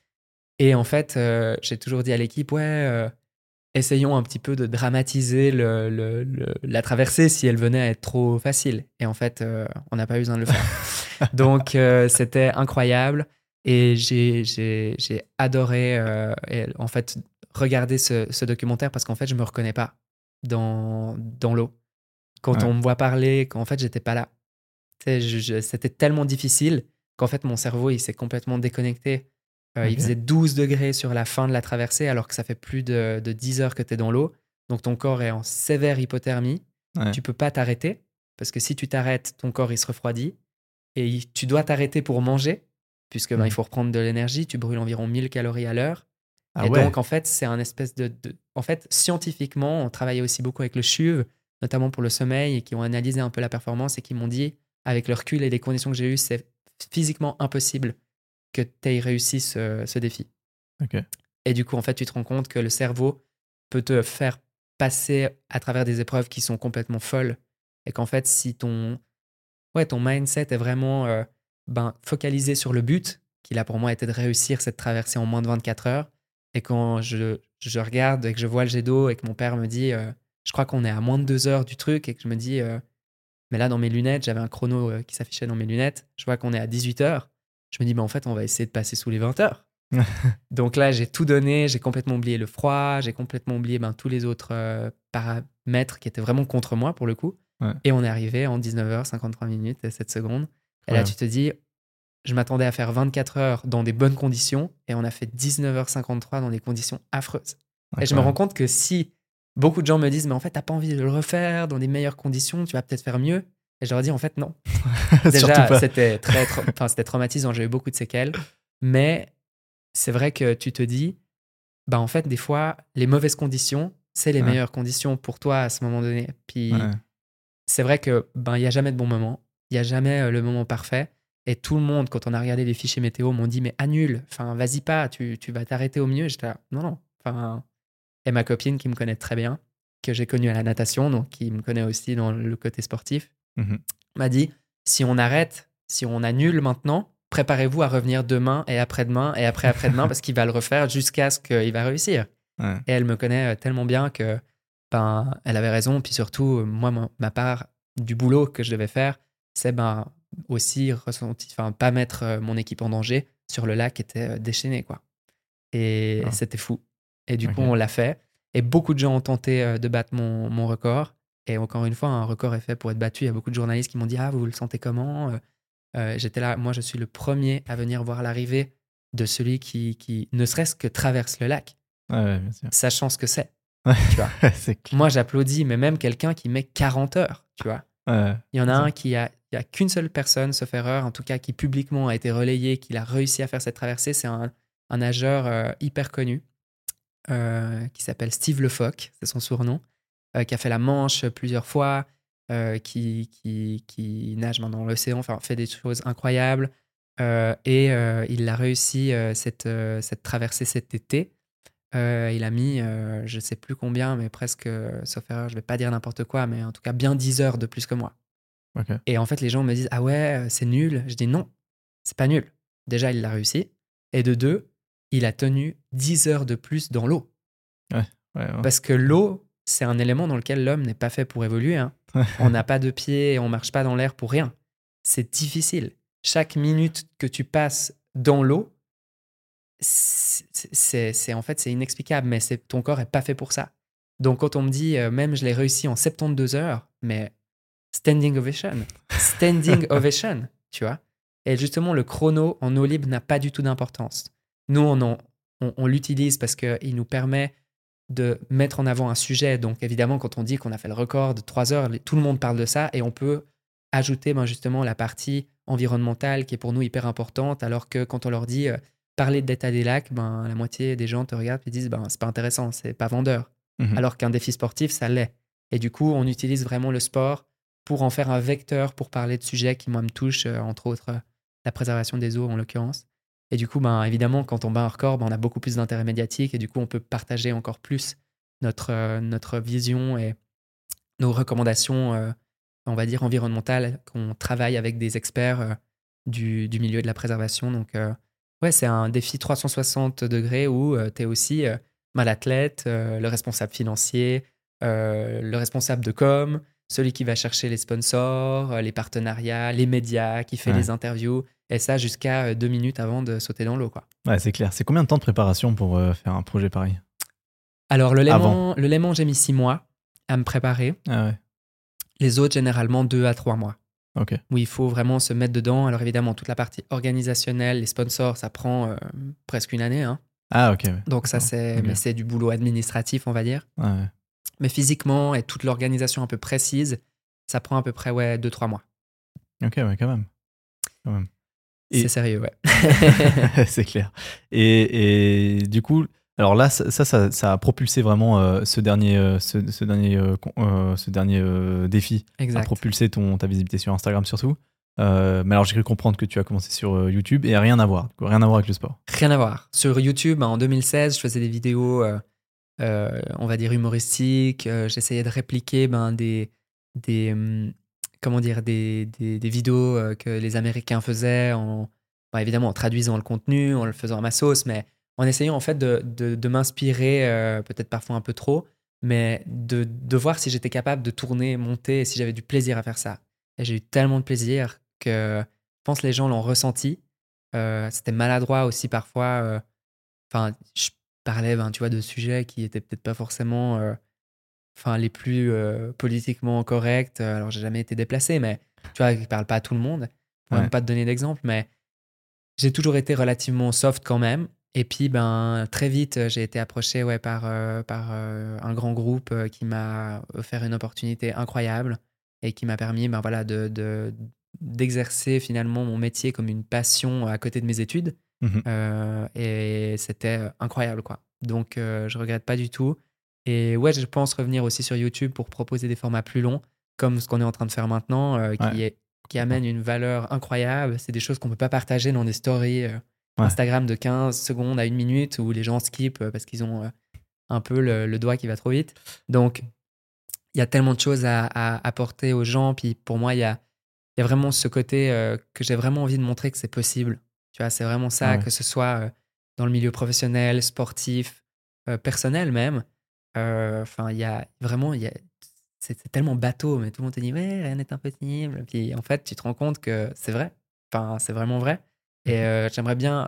Et en fait, euh, j'ai toujours dit à l'équipe, ouais, euh, essayons un petit peu de dramatiser le, le- le- la traversée si elle venait à être trop facile. Et en fait, euh, on n'a pas eu besoin de le faire. Donc, euh, c'était incroyable. Et j'ai, j'ai, j'ai adoré, euh, et, en fait, regarder ce, ce documentaire parce qu'en fait, je me reconnais pas dans, dans l'eau. Quand Ouais. on me voit parler, qu'en fait, j'étais pas là. Tu sais, je- je- c'était tellement difficile qu'en fait, mon cerveau, il s'est complètement déconnecté. Euh, il Ok. faisait douze degrés sur la fin de la traversée, alors que ça fait plus de, de dix heures que tu es dans l'eau. Donc, ton corps est en sévère hypothermie. Ouais. Tu peux pas t'arrêter, parce que si tu t'arrêtes, ton corps, il se refroidit. Et il- tu dois t'arrêter pour manger, puisque ben, il Mhm. faut reprendre de l'énergie. Tu brûles environ mille calories à l'heure. Ah Et donc, ouais. en fait, c'est un espèce de, de- En fait, scientifiquement, on travaillait aussi beaucoup avec le C H U V, notamment pour le sommeil, et qui ont analysé un peu la performance et qui m'ont dit, avec le recul et les conditions que j'ai eues, c'est physiquement impossible que tu aies réussi ce, ce défi. Ok. Et du coup, en fait, tu te rends compte que le cerveau peut te faire passer à travers des épreuves qui sont complètement folles. Et qu'en fait, si ton, ouais, ton mindset est vraiment euh, ben, focalisé sur le but, qui là pour moi était de réussir cette traversée en moins de vingt-quatre heures, et quand je, je regarde et que je vois le jet d'eau et que mon père me dit, euh, je crois qu'on est à moins de deux heures du truc, et que je me dis, euh, mais là dans mes lunettes, j'avais un chrono euh, qui s'affichait dans mes lunettes, je vois qu'on est à dix-huit heures, je me dis, mais en fait, on va essayer de passer sous les vingt heures. Donc là, j'ai tout donné, j'ai complètement oublié le froid, j'ai complètement oublié ben, tous les autres euh, paramètres qui étaient vraiment contre moi pour le coup. Ouais. Et on est arrivé en dix-neuf heures cinquante-trois minutes et sept secondes. Et là, Incroyable. tu te dis, je m'attendais à faire vingt-quatre heures dans des bonnes conditions et on a fait dix-neuf heures cinquante-trois dans des conditions affreuses. Et je me rends Incroyable. compte que si beaucoup de gens me disent, mais en fait, t'as pas envie de le refaire dans des meilleures conditions, tu vas peut-être faire mieux. Et je leur dis, en fait, non. Surtout Déjà, pas. c'était très, tra- enfin, c'était traumatisant, j'ai eu beaucoup de séquelles. Mais c'est vrai que tu te dis, bah en fait, des fois, les mauvaises conditions, c'est les Ouais. meilleures conditions pour toi à ce moment donné. Puis Ouais. c'est vrai que ben il y a jamais de bon moment, il y a jamais euh, le moment parfait. Et tout le monde, quand on a regardé les fichiers météo, m'ont dit mais annule, enfin vas-y pas, tu, tu vas t'arrêter au mieux. J'étais là, non non. Enfin, et ma copine qui me connaît très bien, que j'ai connue à la natation, donc qui me connaît aussi dans le côté sportif, Mhm. m'a dit si on arrête, si on annule maintenant, préparez-vous à revenir demain et après-demain et après-après-demain parce qu'il va le refaire jusqu'à ce qu'il va réussir. Ouais. Et elle me connaît euh, tellement bien que ben, elle avait raison. Puis surtout, euh, moi, ma, ma part du boulot que je devais faire, c'est ben, aussi ressenti, enfin, pas mettre euh, mon équipe en danger sur le lac qui était euh, déchaîné, quoi. Et Oh. c'était fou. Et du coup, Ok. on l'a fait. Et beaucoup de gens ont tenté euh, de battre mon, mon record. Et encore une fois, un record est fait pour être battu. Il y a beaucoup de journalistes qui m'ont dit, ah, vous le sentez comment? Euh, euh, J'étais là, moi, je suis le premier à venir voir l'arrivée de celui qui, qui, ne serait-ce que traverse le lac, Ouais, ouais, bien sûr. sachant ce que c'est. Ouais. Tu vois. C'est clair. Moi, j'applaudis, mais même quelqu'un qui met quarante heures, tu vois. Ouais. Il y en a C'est ça. un qui a, il y a qu'une seule personne, sauf erreur, en tout cas qui publiquement a été relayé, qu'il a réussi à faire cette traversée. C'est un, un nageur euh, hyper connu euh, qui s'appelle Steve Le Foc, c'est son surnom, euh, qui a fait la Manche plusieurs fois, euh, qui, qui, qui nage maintenant dans l'océan, enfin fait des choses incroyables. Euh, et euh, il a réussi euh, cette, euh, cette traversée cet été. Euh, il a mis, euh, je ne sais plus combien, mais presque, euh, sauf erreur, je ne vais pas dire n'importe quoi, mais en tout cas bien dix heures de plus que moi. Ok. Et en fait, les gens me disent, ah ouais, c'est nul. Je dis non, c'est pas nul. Déjà, il l'a réussi. Et de deux, il a tenu dix heures de plus dans l'eau. Ouais, ouais, ouais. Parce que l'eau, c'est un élément dans lequel l'homme n'est pas fait pour évoluer. Hein. On n'a pas de pieds, on marche pas dans l'air pour rien. C'est difficile. Chaque minute que tu passes dans l'eau, c'est, c'est, c'est- en fait c'est inexplicable, mais c'est, ton corps est pas fait pour ça. Donc quand on me dit, euh, même je l'ai réussi en soixante-douze heures, mais standing ovation, standing ovation, tu vois. Et justement, le chrono en eau libre n'a pas du tout d'importance. Nous, on, en- on, on l'utilise parce qu'il nous permet de mettre en avant un sujet. Donc évidemment, quand on dit qu'on a fait le record de trois heures, les- tout le monde parle de ça et on peut ajouter ben, justement la partie environnementale qui est pour nous hyper importante, alors que quand on leur dit euh, parler de l'état des lacs, ben, la moitié des gens te regardent et disent ben, c'est pas intéressant, c'est pas vendeur. Mhm. Alors qu'un défi sportif, ça l'est. Et du coup, on utilise vraiment le sport pour en faire un vecteur pour parler de sujets qui, moi, me touchent, euh, entre autres euh, la préservation des eaux en l'occurrence. Et du coup, ben, évidemment, quand on bat un record, ben, on a beaucoup plus d'intérêt médiatique et du coup, on peut partager encore plus notre, euh, notre vision et nos recommandations, euh, on va dire, environnementales, qu'on travaille avec des experts euh, du, du milieu de la préservation. Donc, euh, ouais, c'est un défi trois cent soixante degrés où tu es aussi euh, mal athlète, euh, le responsable financier, euh, le responsable de com, celui qui va chercher les sponsors, euh, les partenariats, les médias, qui fait Ouais. les interviews, et ça jusqu'à euh, deux minutes avant de sauter dans l'eau, quoi. Ouais, c'est clair. C'est combien de temps de préparation pour euh, faire un projet pareil? Alors, le Avant. Léman, le Léman, j'ai mis six mois à me préparer. Ah ouais, Les autres, généralement, deux à trois mois. ok. Où il faut vraiment se mettre dedans. Alors, évidemment, toute la partie organisationnelle, les sponsors, ça prend euh, presque une année. Hein. Ah ok, ouais. Donc, ça, D'accord. c'est, Ok. mais c'est du boulot administratif, on va dire. Ouais, ouais. Mais physiquement et toute l'organisation un peu précise, ça prend à peu près ouais, deux trois mois. Ok, ouais, quand même. Quand même. C'est Et sérieux, ouais. c'est clair. Et, et du coup, alors là, ça, ça, ça, ça a propulsé vraiment euh, ce dernier, euh, ce, ce dernier, euh, con- euh, ce dernier euh, défi. A Exact. propulsé ton, ta visibilité sur Instagram surtout. Euh, mais alors j'ai cru comprendre que tu as commencé sur euh, YouTube et rien à voir, rien à voir avec le sport. Rien à voir. Sur YouTube, en deux mille seize, je faisais des vidéos, euh, euh, on va dire, humoristiques. Euh, j'essayais de répliquer ben, des, des, hum, comment dire, des, des, des vidéos euh, que les Américains faisaient, en, ben, évidemment en traduisant le contenu, en le faisant à ma sauce, mais en essayant en fait de, de, de m'inspirer, euh, peut-être parfois un peu trop, mais de, de voir si j'étais capable de tourner, monter, et si j'avais du plaisir à faire ça. Et j'ai eu tellement de plaisir que je pense que les gens l'ont ressenti. Euh, c'était maladroit aussi parfois. euh, Enfin, je parlais, ben, tu vois, de sujets qui étaient peut-être pas forcément, euh, enfin, les plus euh, politiquement corrects. Euh, Alors, j'ai jamais été déplacé, mais tu vois, je parle pas à tout le monde. Je pourrais Ouais. même pas te donner d'exemple, mais j'ai toujours été relativement soft quand même. Et puis, ben, très vite, euh, j'ai été approché ouais, par, euh, par euh, un grand groupe euh, qui m'a offert une opportunité incroyable et qui m'a permis ben, voilà, de, de- d'exercer finalement mon métier comme une passion à côté de mes études. Mhm. Euh, et c'était euh, incroyable, quoi. Donc, euh, je regrette pas du tout. Et ouais, je pense revenir aussi sur YouTube pour proposer des formats plus longs, comme ce qu'on est en train de faire maintenant, euh, qui, Ouais. est, qui amène une valeur incroyable. C'est des choses qu'on peut pas partager dans des stories euh, Ouais. Instagram de quinze secondes à une minute où les gens skippent euh, parce qu'ils ont euh, un peu le, le doigt qui va trop vite. Donc, il y a tellement de choses à, à apporter aux gens. Puis pour moi, il y a, il y a vraiment ce côté euh, que j'ai vraiment envie de montrer que c'est possible. Tu vois, c'est vraiment ça, Ah ouais. que ce soit euh, dans le milieu professionnel, sportif, euh, personnel même. Euh, Enfin, il y a vraiment, il y a, c'est c'est tellement bateau, mais tout le monde te dit, ouais, rien n'est impossible. Puis en fait, tu te rends compte que c'est vrai. Enfin, c'est vraiment vrai. Et Mhm. euh, j'aimerais bien,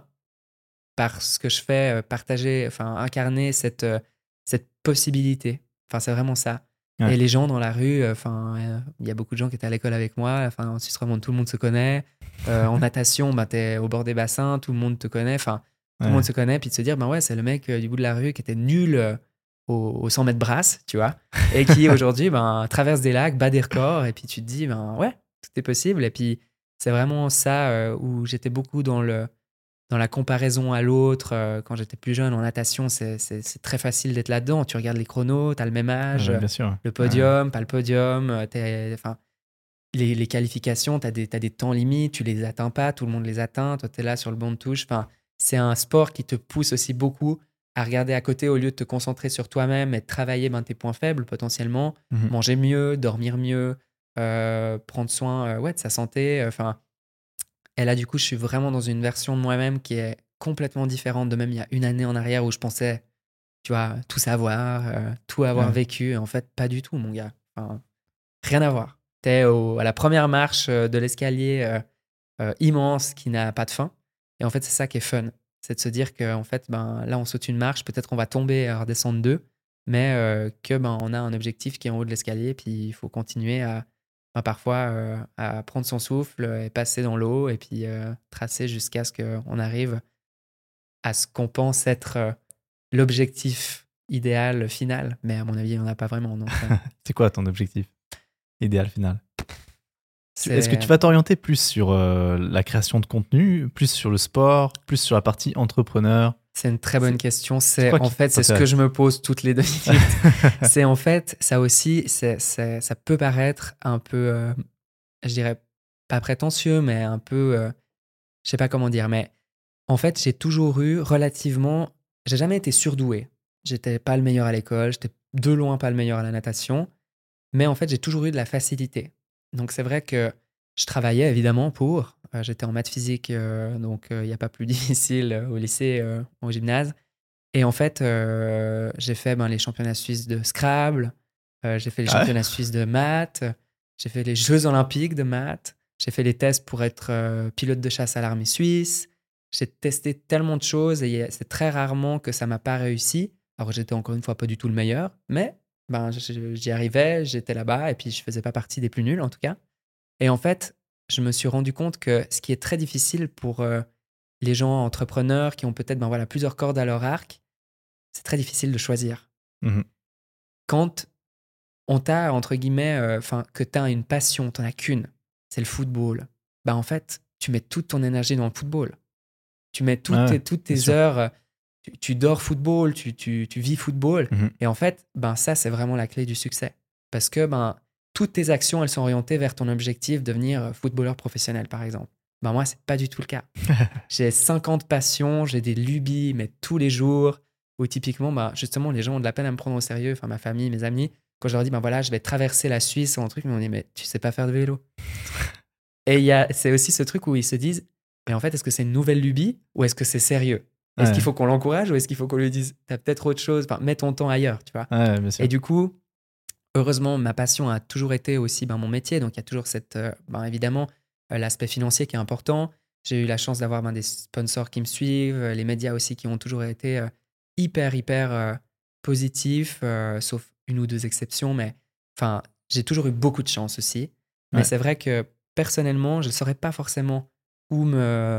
par ce que je fais, euh, partager, enfin, incarner cette, euh, cette possibilité. Enfin, c'est vraiment ça. Ouais. Et les gens dans la rue, euh, enfin, euh, il y a beaucoup de gens qui étaient à l'école avec moi. Enfin, en Suisse romande, tout le monde se connaît. Euh, en natation, bah, t'es au bord des bassins, tout le monde te connaît. Enfin, tout le Ouais. monde se connaît. Puis de se dire, ben ouais, c'est le mec euh, du bout de la rue qui était nul euh, au, au cent mètres brasse, tu vois, et qui aujourd'hui ben, traverse des lacs, bat des records. Et puis tu te dis, ben ouais, tout est possible. Et puis c'est vraiment ça euh, où j'étais beaucoup dans le dans la comparaison à l'autre, euh, quand j'étais plus jeune en natation, c'est, c'est, c'est très facile d'être là-dedans. Tu regardes les chronos, tu as le même âge, Ouais, bien sûr. le podium, pas le podium, euh, t'es- enfin, les, les qualifications, tu as des, t'as des temps limites, tu les atteins pas, tout le monde les atteint, toi tu es là sur le banc de touche. Enfin, c'est un sport qui te pousse aussi beaucoup à regarder à côté au lieu de te concentrer sur toi-même et de travailler ben, tes points faibles potentiellement, Mhm. manger mieux, dormir mieux, euh, prendre soin euh, ouais, de sa santé. Enfin, et là, du coup, je suis vraiment dans une version de moi-même qui est complètement différente de même il y a une année en arrière où je pensais, tu vois, tout savoir, euh, tout avoir Ouais. vécu. Et en fait, pas du tout, mon gars. Enfin, rien à voir. T'es au- à la première marche euh, de l'escalier euh, euh, immense qui n'a pas de fin. Et en fait, c'est ça qui est fun. C'est de se dire que en fait, ben, là, on saute une marche, peut-être qu'on va tomber et redescendre deux, mais euh, que ben, on a un objectif qui est en haut de l'escalier, puis il faut continuer à, ben, parfois euh, à prendre son souffle et passer dans l'eau et puis euh, tracer jusqu'à ce qu'on arrive à ce qu'on pense être euh, l'objectif idéal final. Mais à mon avis, il n'y en a pas vraiment. Donc, euh, C'est quoi ton objectif idéal final? Tu- Est-ce que tu c'est, vas t'orienter plus sur euh, la création de contenu, plus sur le sport, plus sur la partie entrepreneur? c'est une très C'est bonne question. c'est C'est quoi en qui fait, c'est ce que t'intéresse? je me pose toutes les deux minutes. C'est en fait, ça aussi, c'est, c'est- ça peut paraître un peu, euh, je dirais, pas prétentieux, mais un peu, euh, je sais pas comment dire, mais en fait, j'ai toujours eu relativement, j'ai jamais été surdoué. J'étais pas le meilleur à l'école, j'étais de loin pas le meilleur à la natation, mais en fait, j'ai toujours eu de la facilité. Donc c'est vrai que je travaillais évidemment pour, euh, j'étais en maths physique, euh, donc il n'y a pas plus difficile euh, au lycée, euh, au gymnase. Et en fait, euh, j'ai fait ben, les championnats suisses de Scrabble, euh, j'ai fait les Ah ouais? championnats suisses de maths, j'ai fait les Jeux olympiques de maths, j'ai fait les tests pour être euh, pilote de chasse à l'armée suisse. J'ai testé tellement de choses et y a- c'est très rarement que ça m'a pas réussi. Alors j'étais encore une fois pas du tout le meilleur, mais ben, je- j'y arrivais, j'étais là-bas et puis je faisais pas partie des plus nuls en tout cas. Et en fait, je me suis rendu compte que ce qui est très difficile pour euh, les gens entrepreneurs qui ont peut-être ben, voilà, plusieurs cordes à leur arc, c'est très difficile de choisir. Mhm. Quand on t'a, entre guillemets, euh, enfin, que tu as une passion, tu n'en as qu'une, c'est le football, bah en fait, tu mets toute ton énergie dans le football. Tu mets toutes Ouais, tes, toutes bien tes sûr. heures, euh, tu, tu dors football, tu, tu, tu vis football. Mhm. Et en fait, ben ça, c'est vraiment la clé du succès. Parce que ben, toutes tes actions, elles sont orientées vers ton objectif, devenir euh, footballeur professionnel, par exemple. Ben moi, c'est pas du tout le cas. J'ai cinquante passions, j'ai des lubies, mais tous les jours, où typiquement, bah, justement, les gens ont de la peine à me prendre au sérieux, enfin ma famille, mes amis, quand je leur dis, ben voilà, je vais traverser la Suisse ou un truc, ils m'ont dit, mais tu sais pas faire de vélo. Et il y a, c'est aussi ce truc où ils se disent, mais en fait, est-ce que c'est une nouvelle lubie ou est-ce que c'est sérieux? Est-ce qu'il Ouais, faut qu'on l'encourage ou est-ce qu'il faut qu'on lui dise, t'as peut-être autre chose, enfin, mets ton temps ailleurs, tu vois? ouais, bien sûr. Et du coup, heureusement, ma passion a toujours été aussi ben, mon métier. Donc, il y a toujours cette, euh, ben, évidemment, euh, l'aspect financier qui est important. J'ai eu la chance d'avoir ben, des sponsors qui me suivent, euh, les médias aussi qui ont toujours été euh, hyper, hyper euh, positifs, euh, sauf une ou deux exceptions. Mais enfin, j'ai toujours eu beaucoup de chance aussi. Mais Ouais, c'est vrai que personnellement, je ne saurais pas forcément où me,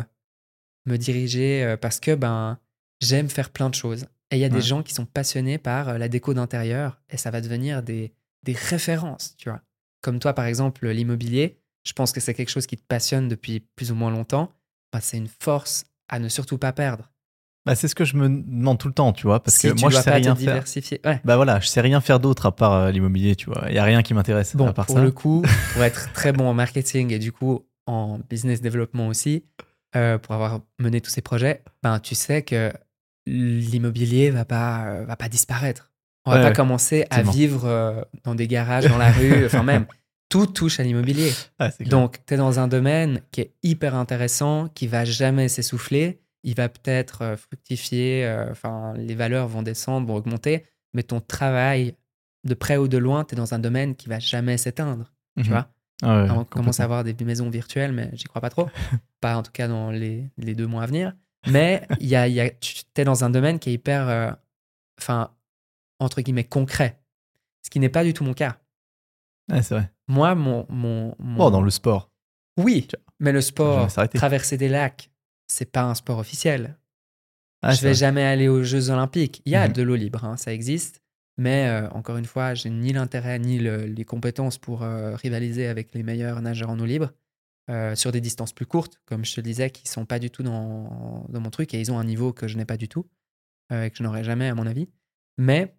me diriger euh, parce que ben, j'aime faire plein de choses. Et il y a des ouais. gens qui sont passionnés par euh, la déco d'intérieur et ça va devenir des, des références, tu vois. Comme toi, par exemple, l'immobilier, je pense que c'est quelque chose qui te passionne depuis plus ou moins longtemps. Bah, c'est une force à ne surtout pas perdre. Bah, c'est ce que je me demande tout le temps, tu vois, parce que Si tu moi, je dois sais pas te rien faire. diversifier. Ouais. Bah voilà, je sais rien faire d'autre à part euh, l'immobilier, tu vois. Il y a rien qui m'intéresse Bon, à part pour le ça. coup, pour être très bon en marketing et du coup en business développement aussi, euh, pour avoir mené tous ces projets, ben, tu sais que l'immobilier va pas, euh, va pas disparaître. On va Ouais, pas ouais, commencer à effectivement. vivre euh, dans des garages, dans la rue, enfin même, tout touche à l'immobilier. Ah, c'est clair. Donc, tu es dans un domaine qui est hyper intéressant, qui va jamais s'essouffler. Il va peut-être euh, fructifier, euh, enfin, les valeurs vont descendre, vont augmenter, mais ton travail, de près ou de loin, tu es dans un domaine qui va jamais s'éteindre, tu Mhm. vois. Ah ouais, On commence à complètement. avoir des maisons virtuelles, mais j'y crois pas trop. Pas en tout cas dans les, les deux mois à venir. Mais il y a, il y a, tu es dans un domaine qui est hyper, euh, enfin, entre guillemets, concret. Ce qui n'est pas du tout mon cas. Ouais, c'est vrai. Moi, mon, mon, Bon, dans mon... le sport, Oui, tu vois, mais le ça va jamais sport, s'arrêter. traverser des lacs, c'est pas un sport officiel. Ah, Je c'est vais vrai. jamais aller aux Jeux Olympiques. Il y a Mhm. de l'eau libre, hein, ça existe. Mais euh, encore une fois, j'ai ni l'intérêt ni le- les compétences pour euh, rivaliser avec les meilleurs nageurs en eau libre. euh, sur des distances plus courtes, comme je te le disais, qui sont pas du tout dans, dans mon truc et ils ont un niveau que je n'ai pas du tout, euh, et que je n'aurai jamais à mon avis. Mais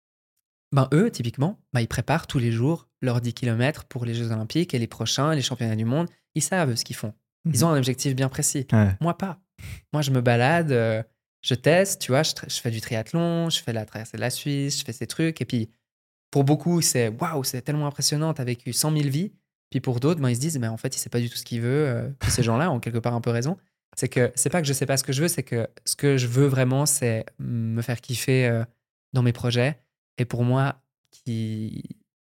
ben, eux, typiquement, ben, ils préparent tous les jours leurs dix kilomètres pour les Jeux Olympiques et les prochains, les championnats du monde. Ils savent ce qu'ils font. Ils Mhm. ont un objectif bien précis. Ouais. Moi, pas. Moi, je me balade, euh, je teste, tu vois, je, tra- je fais du triathlon, je fais la traversée de la Suisse, je fais ces trucs. Et puis, pour beaucoup, c'est waouh, c'est tellement impressionnant, t'as vécu cent mille vies. Puis pour d'autres, ben, ils se disent, mais en fait, il sait pas du tout ce qu'il veut. euh. Puis ces gens-là ont quelque part un peu raison. C'est que c'est pas que je sais pas ce que je veux, c'est que ce que je veux vraiment, c'est me faire kiffer euh, dans mes projets. Et pour moi, qui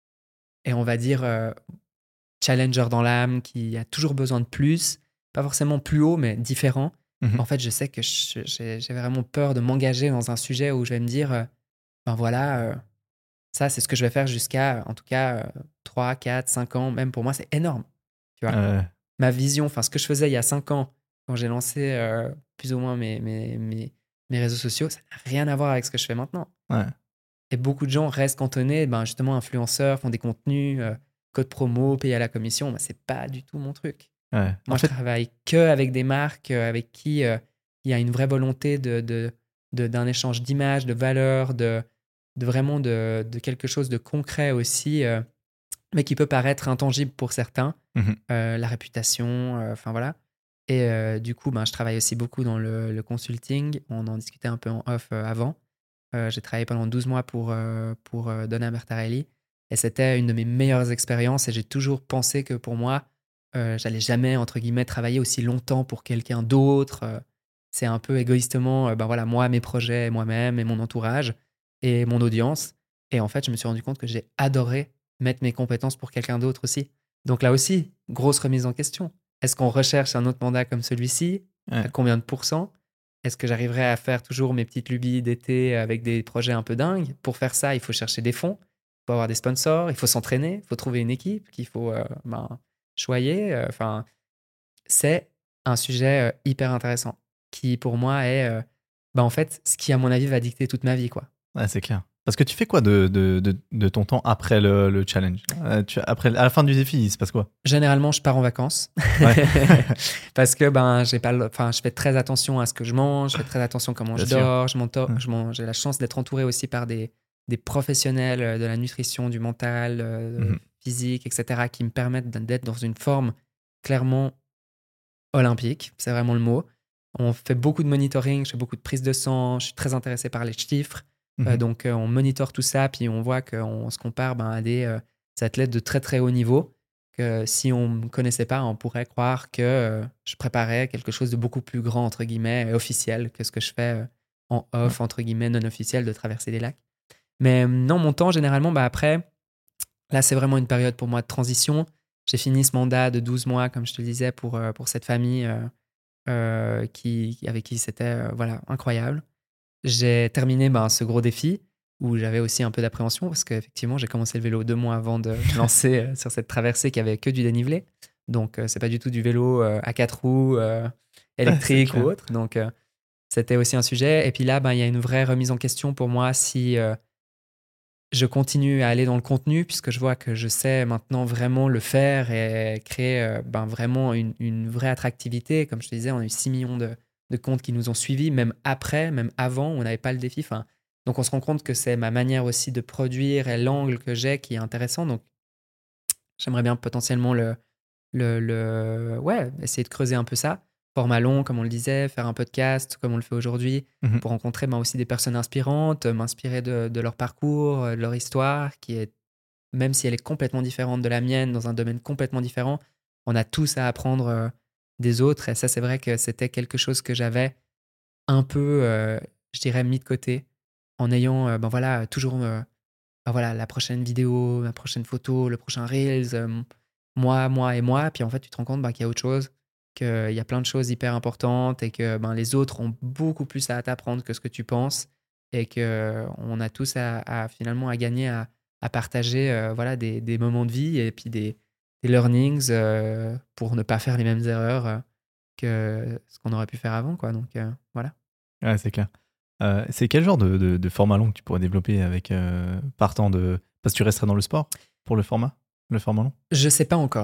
est, on va dire, euh, challenger dans l'âme, qui a toujours besoin de plus, pas forcément plus haut, mais différent. Mhm. En fait, je sais que je- j'ai j'ai vraiment peur de m'engager dans un sujet où je vais me dire, euh, ben voilà, euh, ça, c'est ce que je vais faire jusqu'à, en tout cas, euh, trois, quatre, cinq ans. Même pour moi, c'est énorme. Tu vois, Euh, ma vision, enfin, ce que je faisais il y a cinq ans, quand j'ai lancé euh, plus ou moins mes, mes, mes, mes réseaux sociaux, ça n'a rien à voir avec ce que je fais maintenant. ouais. Et beaucoup de gens restent cantonnés, ben, justement, influenceurs, font des contenus, euh, code promo, payés à la commission. Ben, c'est pas du tout mon truc. Ouais. En Moi, je fait, travaille que avec des marques euh, avec qui euh, il y a une vraie volonté de, de, de- d'un échange d'images, de valeurs, de, de vraiment de, de quelque chose de concret aussi, euh, mais qui peut paraître intangible pour certains, mhm. euh, la réputation, euh, enfin voilà. Et euh, du coup, ben, je travaille aussi beaucoup dans le, le consulting. On en discutait un peu en off euh, avant. Euh, j'ai travaillé pendant douze mois pour, euh, pour euh, Donna Bertarelli. Et c'était une de mes meilleures expériences. Et j'ai toujours pensé que pour moi, euh, j'allais jamais, entre guillemets, travailler aussi longtemps pour quelqu'un d'autre. Euh, c'est un peu égoïstement, euh, ben voilà, moi, mes projets, moi-même et mon entourage et mon audience. Et en fait, je me suis rendu compte que j'ai adoré mettre mes compétences pour quelqu'un d'autre aussi. Donc là aussi, grosse remise en question. Est-ce qu'on recherche un autre mandat comme celui-ci? À Ouais. combien de pourcents? Est-ce que j'arriverai à faire toujours mes petites lubies d'été avec des projets un peu dingues? Pour faire ça, il faut chercher des fonds, il faut avoir des sponsors, il faut s'entraîner, il faut trouver une équipe qu'il faut euh, ben, choyer. euh, Enfin, c'est un sujet euh, hyper intéressant qui, pour moi, est euh, ben, en fait ce qui, à mon avis, va dicter toute ma vie, quoi. Ouais, c'est clair. Parce que tu fais quoi de, de, de, de ton temps après le, le challenge? Euh, tu, après, à la fin du défi, il se passe quoi? Généralement, je pars en vacances Ouais. parce que ben j'ai pas, le- enfin je fais très attention à ce que je mange, je fais très attention à comment Bien je sûr. dors, je m'ento- Ouais. je m'en- j'ai la chance d'être entouré aussi par des des professionnels euh, de la nutrition, du mental, euh, Mhm. physique, et cetera, qui me permettent d'être dans une forme clairement olympique, c'est vraiment le mot. On fait beaucoup de monitoring, je fais beaucoup de prise de sang, je suis très intéressé par les chiffres. Euh, Mhm. donc, euh, on monitore tout ça, puis on voit qu'on se compare ben, à des euh, athlètes de très très haut niveau. Que si on ne me connaissait pas, on pourrait croire que euh, je préparais quelque chose de beaucoup plus grand, entre guillemets, et officiel que ce que je fais euh, en Ouais. off, entre guillemets, non officiel, de traverser des lacs. Mais euh, non, mon temps, généralement, bah, après, là, c'est vraiment une période pour moi de transition. J'ai fini ce mandat de douze mois, comme je te le disais, pour, euh, pour cette famille. euh, euh, qui, avec qui c'était euh, voilà, incroyable. J'ai terminé ben, ce gros défi où j'avais aussi un peu d'appréhension parce qu'effectivement, j'ai commencé le vélo deux mois avant de me lancer euh, sur cette traversée qui avait que du dénivelé. Donc, euh, c'est pas du tout du vélo euh, à quatre roues euh, Ouais, c'est électrique ou clair. autre. Donc, euh, c'était aussi un sujet. Et puis là, ben, il y a une vraie remise en question pour moi si euh, je continue à aller dans le contenu puisque je vois que je sais maintenant vraiment le faire et créer euh, ben, vraiment une, une vraie attractivité. Comme je te disais, on a eu six millions de, de comptes qui nous ont suivis, même après, même avant, on n'avait pas le défi. Enfin, donc on se rend compte que c'est ma manière aussi de produire et l'angle que j'ai qui est intéressant. Donc j'aimerais bien potentiellement le, le, le, ouais, essayer de creuser un peu ça. Format long, comme on le disait, faire un podcast, comme on le fait aujourd'hui, Mhm. pour rencontrer ben, aussi des personnes inspirantes, euh, m'inspirer de, de leur parcours, euh, de leur histoire, qui est, même si elle est complètement différente de la mienne, dans un domaine complètement différent, on a tous à apprendre euh, des autres. Et ça, c'est vrai que c'était quelque chose que j'avais un peu, euh, je dirais, mis de côté, en ayant, euh, ben voilà, toujours euh, ben voilà, la prochaine vidéo, la prochaine photo, le prochain Reels, euh, moi, moi et moi. Puis en fait, tu te rends compte ben, qu'il y a autre chose, qu'il y a plein de choses hyper importantes et que ben, les autres ont beaucoup plus à t'apprendre que ce que tu penses et qu'on a tous à, à, finalement à gagner à, à partager euh, voilà, des, des moments de vie et puis des, des learnings euh, pour ne pas faire les mêmes erreurs euh, que ce qu'on aurait pu faire avant. Quoi. Donc euh, voilà. Ouais, c'est clair. Euh, c'est quel genre de, de, de format long que tu pourrais développer avec euh, partant de. Parce que tu resterais dans le sport pour le format, le format long? Je sais pas encore.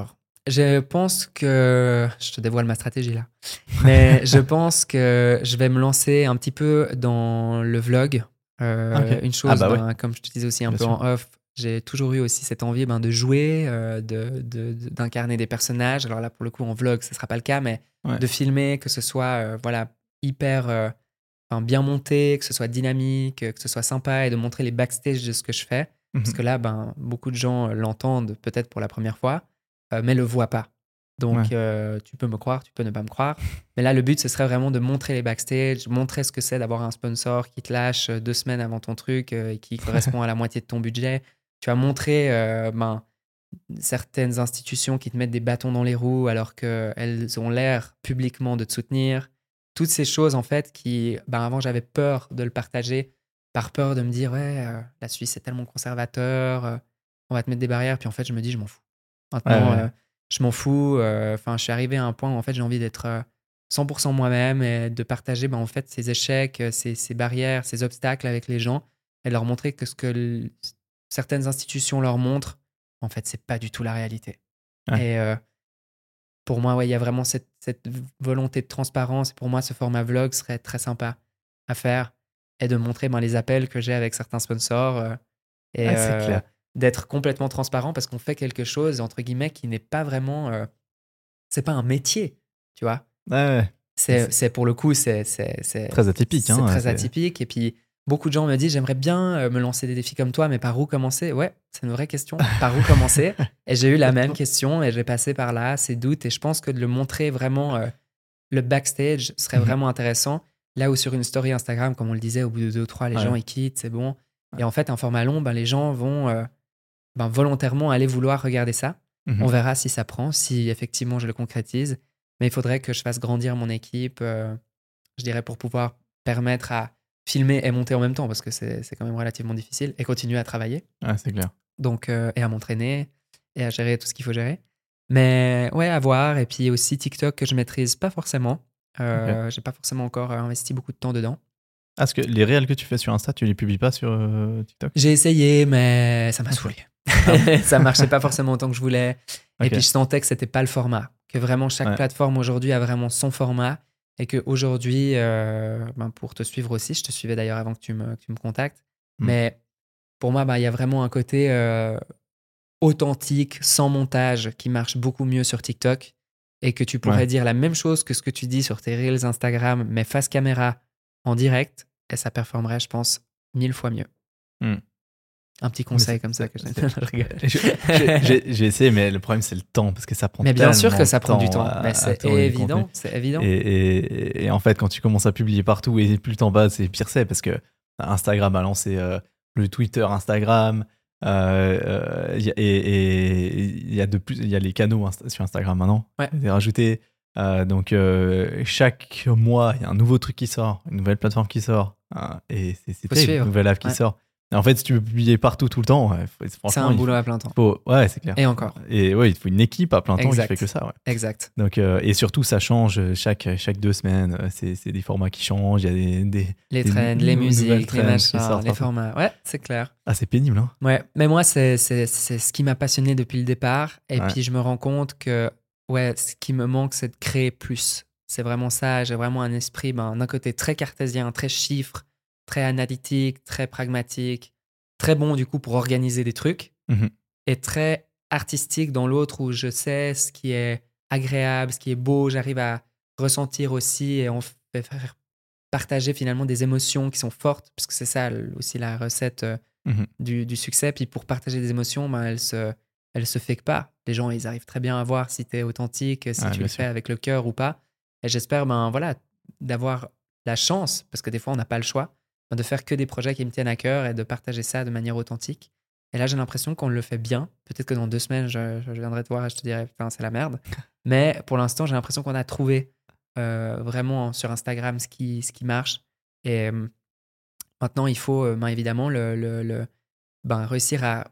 Je pense que... Je te dévoile ma stratégie là. Mais je pense que je vais me lancer un petit peu dans le vlog. Euh, Ok. Une Ah chose, bah ouais, ben, comme je te disais aussi un bien peu sûr. en off, j'ai toujours eu aussi cette envie ben, de jouer, euh, de, de- de- d'incarner des personnages. Alors là, pour le coup, en vlog, ce ne sera pas le cas, mais Ouais. de filmer, que ce soit euh, voilà, hyper euh, enfin, bien monté, que ce soit dynamique, que ce soit sympa et de montrer les backstage de ce que je fais. Parce Mhm. que là, ben, beaucoup de gens euh, l'entendent peut-être pour la première fois, euh, mais le voient pas. Ouais. Donc, euh, tu peux me croire, tu peux ne pas me croire. Mais là, le but, ce serait vraiment de montrer les backstage, montrer ce que c'est d'avoir un sponsor qui te lâche euh, deux semaines avant ton truc euh, et qui correspond à la moitié de ton budget. Tu vas montrer euh, ben, certaines institutions qui te mettent des bâtons dans les roues alors qu'elles ont l'air publiquement de te soutenir. Toutes ces choses, en fait, qui, ben, avant, j'avais peur de le partager, par peur de me dire, ouais, euh, la Suisse est tellement conservateur, euh, on va te mettre des barrières. Puis en fait, je me dis, je m'en fous. Ouais, Maintenant, ouais. euh, je m'en fous. euh, Enfin, je suis arrivé à un point où, en fait, j'ai envie d'être euh, cent pour cent moi-même et de partager, ben, en fait, ces échecs, euh, ces, ces barrières, ces obstacles avec les gens et de leur montrer que ce que l- certaines institutions leur montrent, en fait, c'est pas du tout la réalité. Ouais. Et euh, pour moi, ouais, il y a vraiment cette, cette volonté de transparence. Et pour moi, ce format vlog serait très sympa à faire et de montrer ben, les appels que j'ai avec certains sponsors euh, et Ouais, c'est euh, clair. d'être complètement transparent parce qu'on fait quelque chose, entre guillemets, qui n'est pas vraiment... euh, c'est pas un métier, tu vois. Ouais, ouais. Et C'est, c'est c'est pour le coup, c'est, c'est, c'est, très atypique, c'est hein. très C'est... atypique. Et puis, beaucoup de gens me disent, j'aimerais bien euh, me lancer des défis comme toi, mais par où commencer? Ouais, c'est une vraie question. Par où commencer? Et j'ai eu la même Exactement. question et j'ai passé par là, ces doutes. Et je pense que de le montrer vraiment, euh, le backstage serait Mhm. vraiment intéressant. Là où sur une story Instagram, comme on le disait, au bout de deux ou trois, les gens, Ouais. ils quittent, c'est bon. Ouais. Et en fait, un format long, ben, les gens vont euh, ben, volontairement aller vouloir regarder ça. On Mhm. verra si ça prend, si effectivement je le concrétise. Mais il faudrait que je fasse grandir mon équipe, euh, je dirais, pour pouvoir permettre à filmer et monter en même temps, parce que c'est c'est quand même relativement difficile, et continuer à travailler. Ouais, c'est clair. Donc, euh, et à m'entraîner, et à gérer tout ce qu'il faut gérer. Mais ouais, à voir. Et puis aussi TikTok que je maîtrise pas forcément. Ok. Euh, j'ai pas forcément encore euh, investi beaucoup de temps dedans. Ah, est-ce que les réels que tu fais sur Insta, tu les publies pas sur euh, TikTok? J'ai essayé, mais ça m'a Ok. saoulé. Ah bon? Ça marchait pas forcément autant que je voulais. Et puis Ok. je sentais que c'était pas le format. Que vraiment chaque Ouais. plateforme aujourd'hui a vraiment son format. Et qu'aujourd'hui, euh, ben pour te suivre aussi, je te suivais d'ailleurs avant que tu me, que tu me contactes. Mm. Mais pour moi, ben, il y a vraiment un côté euh, authentique, sans montage, qui marche beaucoup mieux sur TikTok. Et que tu pourrais Ouais. dire la même chose que ce que tu dis sur tes Reels Instagram, mais face caméra, en direct. Et ça performerait, je pense, mille fois mieux. Mm. Un petit Mais conseil c'est, comme ça c'est- que je c'est- je rigole. Je- je- J'ai j'ai essayé, mais le problème, c'est le temps, parce que ça prend Mais bien sûr que tellement de ça prend du temps temps. à, Mais à c'est tourner du contenu. évident, c'est évident. Et, et- et en fait, quand tu commences à publier partout et plus le temps passe, et pire c'est, parce que Instagram a lancé euh, le Twitter Instagram, euh, euh, y a- et et il y a de plus, il y a les canaux Insta- sur Instagram maintenant, Ouais. qui ont été rajoutés. Euh, donc euh, chaque mois, il y a un nouveau truc qui sort, une nouvelle plateforme qui sort, hein, et c'est c'est Faut terrible, une suivre. nouvelle app qui Ouais. sort. Et en fait, si tu veux publier partout tout le temps, ouais, faut- C'est franchement, un il faut, boulot à plein temps. faut- ouais, c'est clair. Et encore. Et ouais, il faut une équipe à plein temps qui fait Exact. que ça, ouais. Exact. Donc, euh, et surtout, ça change chaque, chaque deux semaines. euh, C'est, c'est des formats qui changent. Il y a des, des, Les des trends, nou- les nou- nouvelles musiques, les trends qui machins, sortent. les formats. Ouais, c'est clair. Ah, c'est pénible, hein? Ouais. Mais moi, c'est c'est- c'est ce qui m'a passionné depuis le départ. Et Ouais. puis, je me rends compte que, ouais, ce qui me manque, c'est de créer plus. C'est vraiment ça. J'ai vraiment un esprit, ben, d'un côté très cartésien, très chiffre, très analytique, très pragmatique, très bon, du coup, pour organiser des trucs. Mhm. Et très artistique dans l'autre où je sais ce qui est agréable, ce qui est beau, j'arrive à ressentir aussi et en fait faire partager finalement des émotions qui sont fortes, parce que c'est ça l- aussi la recette euh, Mhm. du, du succès. Puis pour partager des émotions, ben, elle se, elle se fake pas. Les gens, ils arrivent très bien à voir si tu es authentique, si Ouais, tu bien le fais sûr. avec le cœur ou pas. Et j'espère ben, voilà, d'avoir la chance, parce que des fois on n'a pas le choix, ben, de faire que des projets qui me tiennent à cœur et de partager ça de manière authentique. Et là, j'ai l'impression qu'on le fait bien. Peut-être que dans deux semaines, je, je viendrai te voir et je te dirai, putain, c'est la merde. Mais pour l'instant, j'ai l'impression qu'on a trouvé euh, vraiment sur Instagram ce qui, ce qui marche. Et euh, maintenant, il faut euh, ben, évidemment le, le- le- ben, réussir à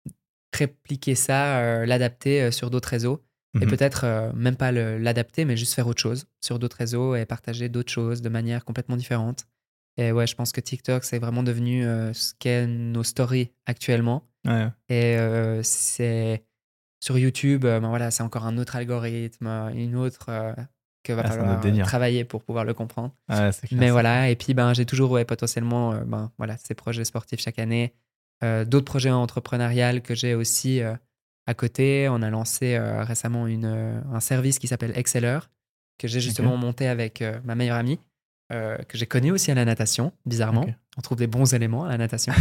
répliquer ça, euh, l'adapter euh, sur d'autres réseaux. Et Mhm. peut-être euh, même pas le- l'adapter, mais juste faire autre chose sur d'autres réseaux et partager d'autres choses de manière complètement différente. Et ouais, je pense que TikTok, c'est vraiment devenu euh, ce qu'est nos stories actuellement. Ouais, ouais. Et euh, c'est Sur YouTube, euh, ben voilà, c'est encore un autre algorithme, euh, une autre euh, que va Ah, c'est un autre falloir euh, délire. travailler pour pouvoir le comprendre. Ah, c'est clair. Mais c'est voilà, et puis ben, j'ai toujours ouais, potentiellement euh, ben, voilà, ces projets sportifs chaque année, euh, d'autres projets entrepreneuriales que j'ai aussi euh, à côté. On a lancé euh, récemment une, euh, un service qui s'appelle Exceller, que j'ai clair. justement Ok. monté avec euh, ma meilleure amie, euh, que j'ai connue aussi à la natation, bizarrement. Ok. On trouve des bons éléments à la natation.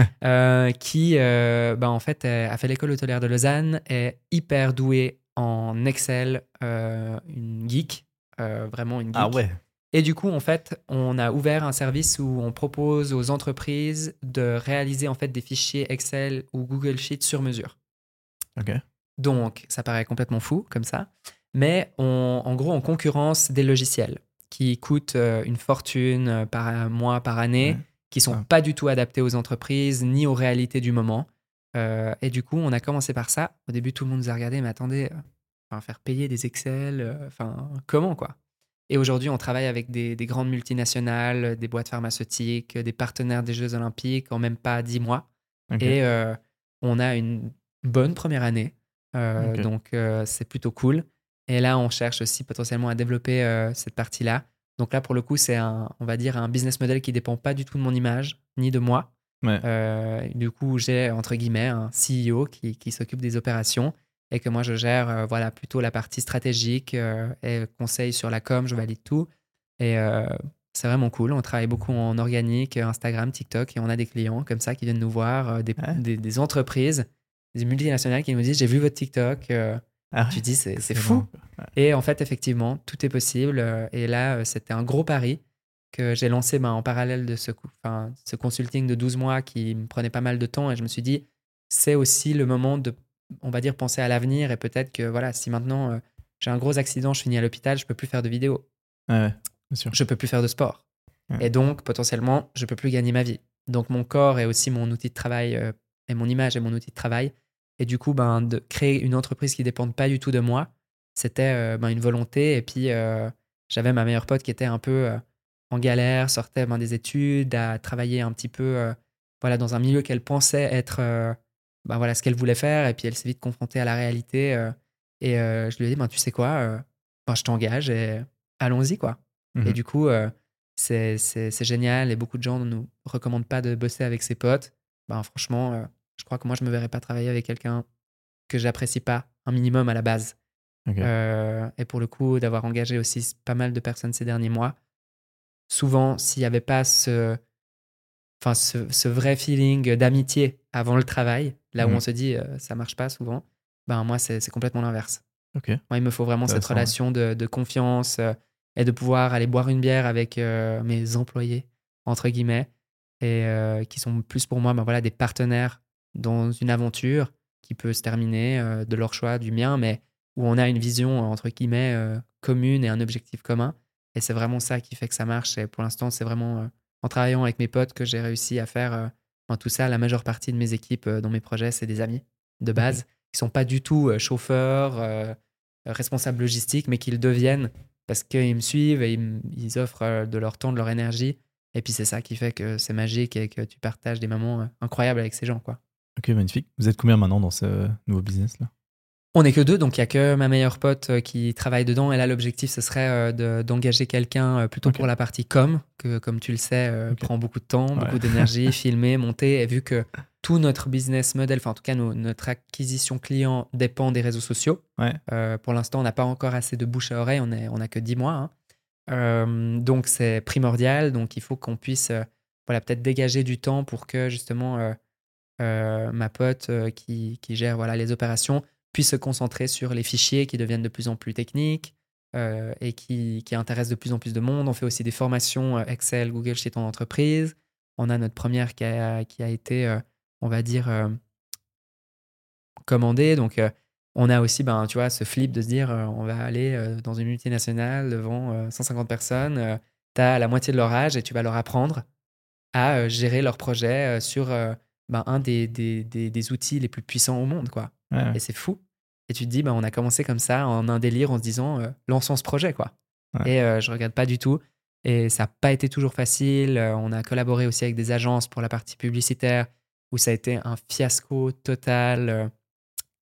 euh, qui, euh, ben, en fait, a fait l'école hôtelière de Lausanne, est hyper douée en Excel, euh, une geek, euh, vraiment une Ah geek. ouais. Et du coup, en fait, on a ouvert un service où on propose aux entreprises de réaliser en fait des fichiers Excel ou Google Sheets sur mesure. Ok. Donc, ça paraît complètement fou comme ça, mais on, en gros, on concurrence des logiciels qui coûtent euh, une fortune euh, par mois, par année, Ouais. qui sont Ouais. pas du tout adaptés aux entreprises ni aux réalités du moment. Euh, et du coup, on a commencé par ça. Au début, tout le monde nous a regardé, mais attendez, euh, enfin, faire payer des Excel, euh, enfin, comment quoi? Et aujourd'hui, on travaille avec des, des grandes multinationales, des boîtes pharmaceutiques, des partenaires des Jeux Olympiques en même pas dix mois. Ok. Et euh, on a une bonne première année. Euh, Ok. donc, euh, c'est plutôt cool. Et là, on cherche aussi potentiellement à développer euh, cette partie-là. Donc là, pour le coup, c'est un, on va dire, un business model qui dépend pas du tout de mon image, ni de moi. Ouais. Euh, du coup, j'ai, entre guillemets, un C E O qui, qui s'occupe des opérations et que moi, je gère euh, voilà, plutôt la partie stratégique euh, et conseil sur la com, je valide tout. Et euh, c'est vraiment cool. On travaille beaucoup en organique, Instagram, TikTok, et on a des clients comme ça qui viennent nous voir, euh, des, Ouais. des, des entreprises, des multinationales qui nous disent j'ai vu votre TikTok. Euh, Ah tu ouais. te dis c'est, c'est Excellent. fou. quoi. Ouais. Et en fait, effectivement, tout est possible. Euh, Et là, euh, c'était un gros pari que j'ai lancé ben, en parallèle de ce, coup- enfin, ce consulting de douze mois qui me prenait pas mal de temps. Et je me suis dit, c'est aussi le moment de, on va dire, penser à l'avenir. Et peut-être que voilà, si maintenant euh, j'ai un gros accident, je finis à l'hôpital, je peux plus faire de vidéos, Ouais, ouais. Bien sûr. je peux plus faire de sport. Ouais. Et donc, potentiellement, je peux plus gagner ma vie. Donc, mon corps est aussi mon outil de travail, euh, et mon image est mon outil de travail. Et du coup, ben, de créer une entreprise qui ne dépende pas du tout de moi, c'était euh, ben, une volonté. Et puis, euh, j'avais ma meilleure pote qui était un peu euh, en galère, sortait ben, des études, a travaillé un petit peu euh, voilà, dans un milieu qu'elle pensait être euh, ben, voilà, ce qu'elle voulait faire. Et puis, elle s'est vite confrontée à la réalité. euh, et euh, je lui ai dit, ben, tu sais quoi, euh, ben, je t'engage et allons-y, quoi. Et Mhm. du coup, euh, c'est, c'est, c'est génial et beaucoup de gens ne nous recommandent pas de bosser avec ses potes. Ben, franchement, euh, je crois que moi, je me verrais pas travailler avec quelqu'un que j'apprécie pas un minimum à la base. Ok. Euh, et pour le coup, d'avoir engagé aussi pas mal de personnes ces derniers mois, souvent, s'il n'y avait pas ce, enfin, ce, ce vrai feeling d'amitié avant le travail, là où on Mhm. se dit euh, ça marche pas souvent, ben moi, c'est, c'est complètement l'inverse. Ok. Moi, il me faut vraiment cette Intéressant. Ouais. relation de, de confiance euh, et de pouvoir aller boire une bière avec euh, mes employés, entre guillemets, et euh, qui sont plus pour moi ben voilà, des partenaires dans une aventure qui peut se terminer euh, de leur choix, du mien, mais où on a une vision, entre guillemets, euh, commune et un objectif commun. Et c'est vraiment ça qui fait que ça marche. Et pour l'instant, c'est vraiment euh, en travaillant avec mes potes que j'ai réussi à faire euh, en tout ça. La majeure partie de mes équipes euh, dans mes projets, c'est des amis de Ok. base qui sont pas du tout euh, chauffeurs, euh, responsables logistiques, mais qu'ils le deviennent parce qu'ils me suivent et ils, m- ils offrent euh, de leur temps, de leur énergie. Et puis c'est ça qui fait que c'est magique et que tu partages des moments euh, incroyables avec ces gens, quoi. Ok, magnifique. Vous êtes combien maintenant dans ce nouveau business là? On n'est que deux, donc il n'y a que ma meilleure pote euh, qui travaille dedans. Et là, l'objectif, ce serait euh, de- d'engager quelqu'un euh, plutôt Ok. pour la partie com, que comme tu le sais, euh, Ok. prend beaucoup de temps, Ouais. beaucoup d'énergie, filmer, monter. Et vu que tout notre business model, enfin en tout cas nos- notre acquisition client dépend des réseaux sociaux, Ouais. euh, pour l'instant, on n'a pas encore assez de bouche à oreille, on n'a on a que dix mois. Hein. Euh, donc c'est primordial, donc il faut qu'on puisse euh, voilà, peut-être dégager du temps pour que justement euh, euh, ma pote euh, qui, qui gère voilà, les opérations puisse se concentrer sur les fichiers qui deviennent de plus en plus techniques euh, et qui, qui intéressent de plus en plus de monde. On fait aussi des formations euh, Excel, Google Sheet en entreprise. On a notre première qui a, qui a été, euh, on va dire, euh, commandée. Donc, euh, on a aussi, ben, tu vois, ce flip de se dire, euh, on va aller euh, dans une multinationale devant euh, cent cinquante personnes. Tu as la moitié de leur âge et tu vas leur apprendre à euh, gérer leur projet euh, sur euh, ben, un des, des, des, des outils les plus puissants au monde, quoi. Ouais. Et Ouais. c'est fou. Et tu te dis, ben, on a commencé comme ça, en un délire, en se disant, euh, lançons ce projet, quoi. Ouais. Et euh, je regrette pas du tout. Et ça n'a pas été toujours facile. Euh, on a collaboré aussi avec des agences pour la partie publicitaire, où ça a été un fiasco total. Euh,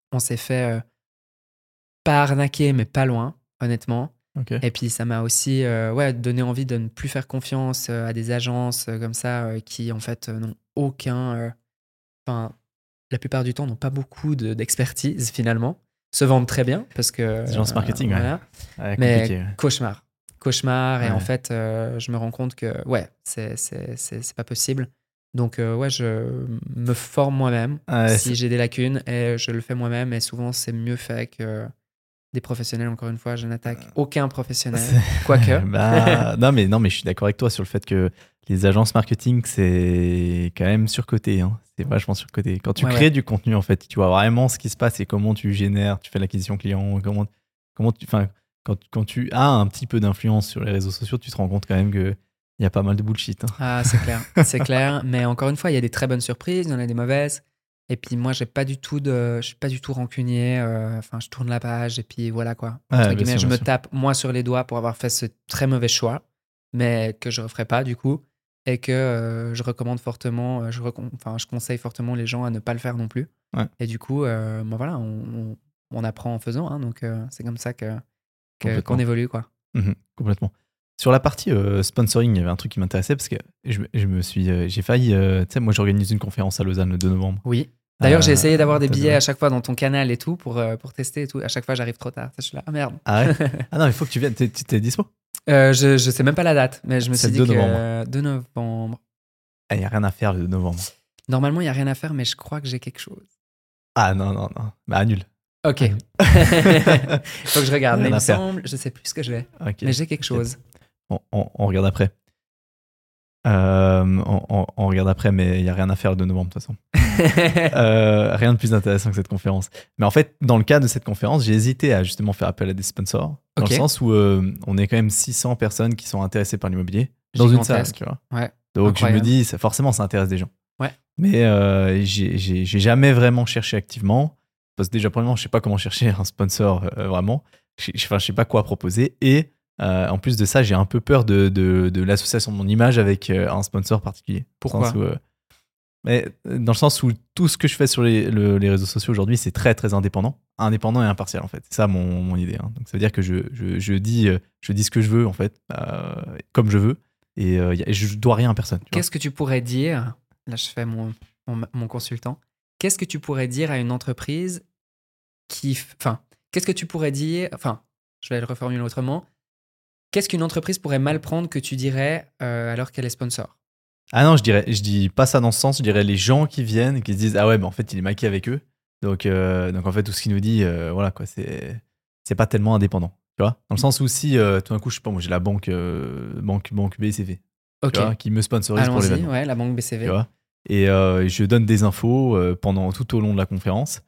on s'est fait euh, pas arnaquer, mais pas loin, honnêtement. Ok. Et puis ça m'a aussi euh, ouais, donné envie de ne plus faire confiance euh, à des agences euh, comme ça euh, qui en fait euh, n'ont aucun... euh, Enfin, la plupart du temps n'ont pas beaucoup de- d'expertise finalement. Se vendent très bien parce que... Agence marketing, euh, ouais. voilà. Ouais, Mais compliqué. ouais. cauchemar. Cauchemar. Et Ouais. en fait, euh, je me rends compte que ouais, c'est, c'est, c'est, c'est pas possible. Donc euh, ouais, je me forme moi-même Ouais, si c'est- j'ai des lacunes et je le fais moi-même. Et souvent, c'est mieux fait que des professionnels. Encore une fois, je n'attaque aucun professionnel. c'est- Quoique. bah, non, mais, non, mais je suis d'accord avec toi sur le fait que les agences marketing, c'est quand même surcoté. Hein. C'est vachement surcoté. Quand tu Ouais, crées ouais. du contenu, en fait, tu vois vraiment ce qui se passe et comment tu génères, tu fais l'acquisition client, comment, comment tu, enfin, quand, quand tu as un petit peu d'influence sur les réseaux sociaux, tu te rends compte quand même qu'il y a pas mal de bullshit. Hein. Ah, c'est clair, c'est clair. Mais encore une fois, il y a des très bonnes surprises, il y en a des mauvaises. Et puis moi, j'ai pas du tout de, je suis pas du tout rancunier. euh, Enfin, je tourne la page et puis voilà quoi. Entre Ouais, bien guillemets, sûr, je bien me sûr. tape moi sur les doigts pour avoir fait ce très mauvais choix, mais que je referai pas du coup, et que euh, je recommande fortement, euh, je recon- enfin, je conseille fortement les gens à ne pas le faire non plus. Ouais, Et du coup, euh, ben voilà, on, on- on apprend en faisant, hein, donc euh, c'est comme ça que, que- qu'on complètement. évolue quoi. Mhm, complètement. Sur la partie euh, sponsoring, il y avait un truc qui m'intéressait parce que je, me- je me suis, euh, j'ai failli, euh, tu sais, moi j'organise une conférence à Lausanne le deux novembre. Oui. D'ailleurs, j'ai Euh, essayé d'avoir des t'as billets déjà- à chaque fois dans ton canal et tout pour, euh, pour tester et tout. À chaque fois, j'arrive trop tard. Je suis là, ah merde. Ah ouais? Ah non, il faut que tu viennes. T'es, t'es dispo? Euh, je, je sais même pas la date, mais je me C'est suis le dit deux que novembre. euh, deux novembre. Ah, il n'y a rien à faire le deux novembre. Normalement, il n'y a rien à faire, mais je crois que j'ai quelque chose. Ah non, non, non. Bah annule. Ok. Annule. Faut que je regarde. Mais Rien il me à faire. semble, je sais plus ce que je vais. Ok. Mais j'ai quelque chose. On, on- on regarde après. Euh, on, on- on regarde après, mais il n'y a rien à faire le deux novembre de toute façon. Euh, rien de plus intéressant que cette conférence. Mais en fait, dans le cas de cette conférence, j'ai hésité à justement faire appel à des sponsors, dans Ok. le sens où euh, on est quand même six cents personnes qui sont intéressées par l'immobilier dans une salle, Gigantesque. tu vois. Ouais. Donc Incroyable. je me dis, ça, forcément, ça intéresse des gens. Ouais. Mais euh, j'ai j'ai- j'ai jamais vraiment cherché activement, parce que déjà, premièrement, je sais pas comment chercher un sponsor euh, vraiment. Je je- enfin, je sais pas quoi proposer. Et euh, en plus de ça, j'ai un peu peur de, de, de l'association de mon image avec euh, un sponsor particulier. Dans le Pourquoi sens où, euh, mais euh, dans le sens où tout ce que je fais sur les, le- les réseaux sociaux aujourd'hui, c'est très très indépendant, indépendant et impartial en fait. C'est ça mon, mon idée. hein. Donc ça veut dire que je, je, je dis euh, je dis ce que je veux en fait, euh, comme je veux, et euh, y a- je dois rien à personne. tu vois. Qu'est-ce que tu pourrais dire, là je fais mon, mon, mon consultant, qu'est-ce que tu pourrais dire à une entreprise qui... f- Enfin, qu'est-ce que tu pourrais dire... Enfin, je vais le reformuler autrement. Qu'est-ce qu'une entreprise pourrait mal prendre que tu dirais euh, alors qu'elle est sponsor? Ah non, je dirais, je dis pas ça dans ce sens. Je dirais les gens qui viennent et qui se disent ah ouais, mais en fait il est maqué avec eux. Donc euh, donc en fait tout ce qu'il nous dit, euh, voilà quoi, c'est c'est pas tellement indépendant. Tu vois, dans le sens où si euh, tout d'un coup je sais pas, moi j'ai la banque euh, banque banque B C V, Ok, tu vois, qui me sponsorise pour allons-y, l'événement. ouais, la banque Tu B C V. vois. Et euh, je donne des infos euh, pendant tout au long de la conférence.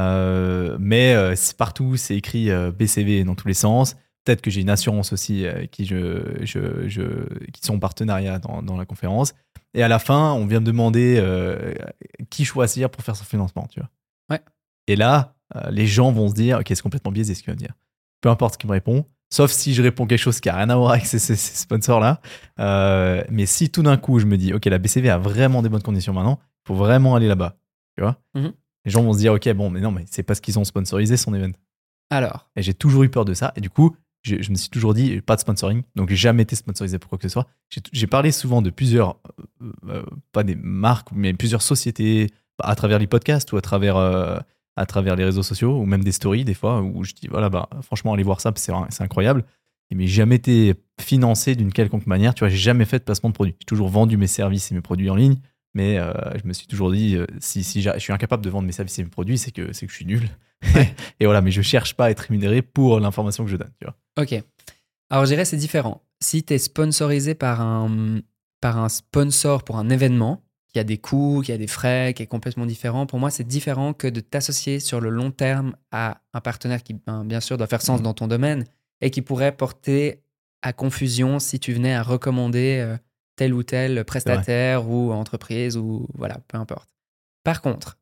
Euh, mais euh, c'est partout, c'est écrit euh, B C V dans tous les sens. Peut-être que j'ai une assurance aussi euh, qui, je, je, je, qui sont en partenariat dans, dans la conférence. Et à la fin, on vient me demander euh, qui choisir pour faire son financement. Tu vois. Ouais. Et là, euh, les gens vont se dire, ok, c'est complètement biaisé ce qu'il va me dire. Peu importe ce qu'il me répond, sauf si je réponds quelque chose qui n'a rien à voir avec ces, ces- ces sponsors-là. Euh, mais si tout d'un coup, je me dis, ok, la B C V a vraiment des bonnes conditions maintenant, il faut vraiment aller là-bas. Tu vois. Mhm. Les gens vont se dire, ok, bon, mais non, mais c'est parce qu'ils ont sponsorisé son event. Alors, Et j'ai toujours eu peur de ça. Et du coup, je, je me suis toujours dit, pas de sponsoring. Donc, j'ai jamais été sponsorisé pour quoi que ce soit. J'ai, j'ai parlé souvent de plusieurs, euh, euh, pas des marques, mais plusieurs sociétés à travers les podcasts ou à travers, euh, à travers les réseaux sociaux ou même des stories des fois où je dis, voilà, bah, franchement, allez voir ça, c'est, c'est incroyable. Et mais j'ai jamais été financé d'une quelconque manière. Tu vois, j'ai jamais fait de placement de produits. J'ai toujours vendu mes services et mes produits en ligne. Mais euh, je me suis toujours dit, euh, si, si je suis incapable de vendre mes services et mes produits, c'est que, c'est que je suis nul. Ouais. Et voilà, mais je cherche pas à être rémunéré pour l'information que je donne. Tu vois. ok. Alors, je dirais c'est différent. Si tu es sponsorisé par un, par un sponsor pour un événement, qui a des coûts, qui a des frais, qui est complètement différent, pour moi, c'est différent que de t'associer sur le long terme à un partenaire qui, ben, bien sûr, doit faire sens Mhm. dans ton domaine et qui pourrait porter à confusion si tu venais à recommander euh, tel ou tel prestataire ou entreprise ou voilà, peu importe. Par contre,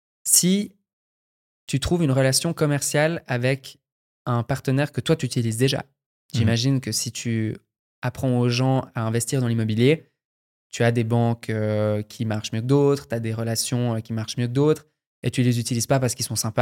si tu trouves une relation commerciale avec un partenaire que toi tu utilises déjà, j'imagine que si tu apprends aux gens à investir dans l'immobilier, tu as des banques euh, qui marchent mieux que d'autres, tu as des relations euh, qui marchent mieux que d'autres, et tu les utilises pas parce qu'ils sont sympas,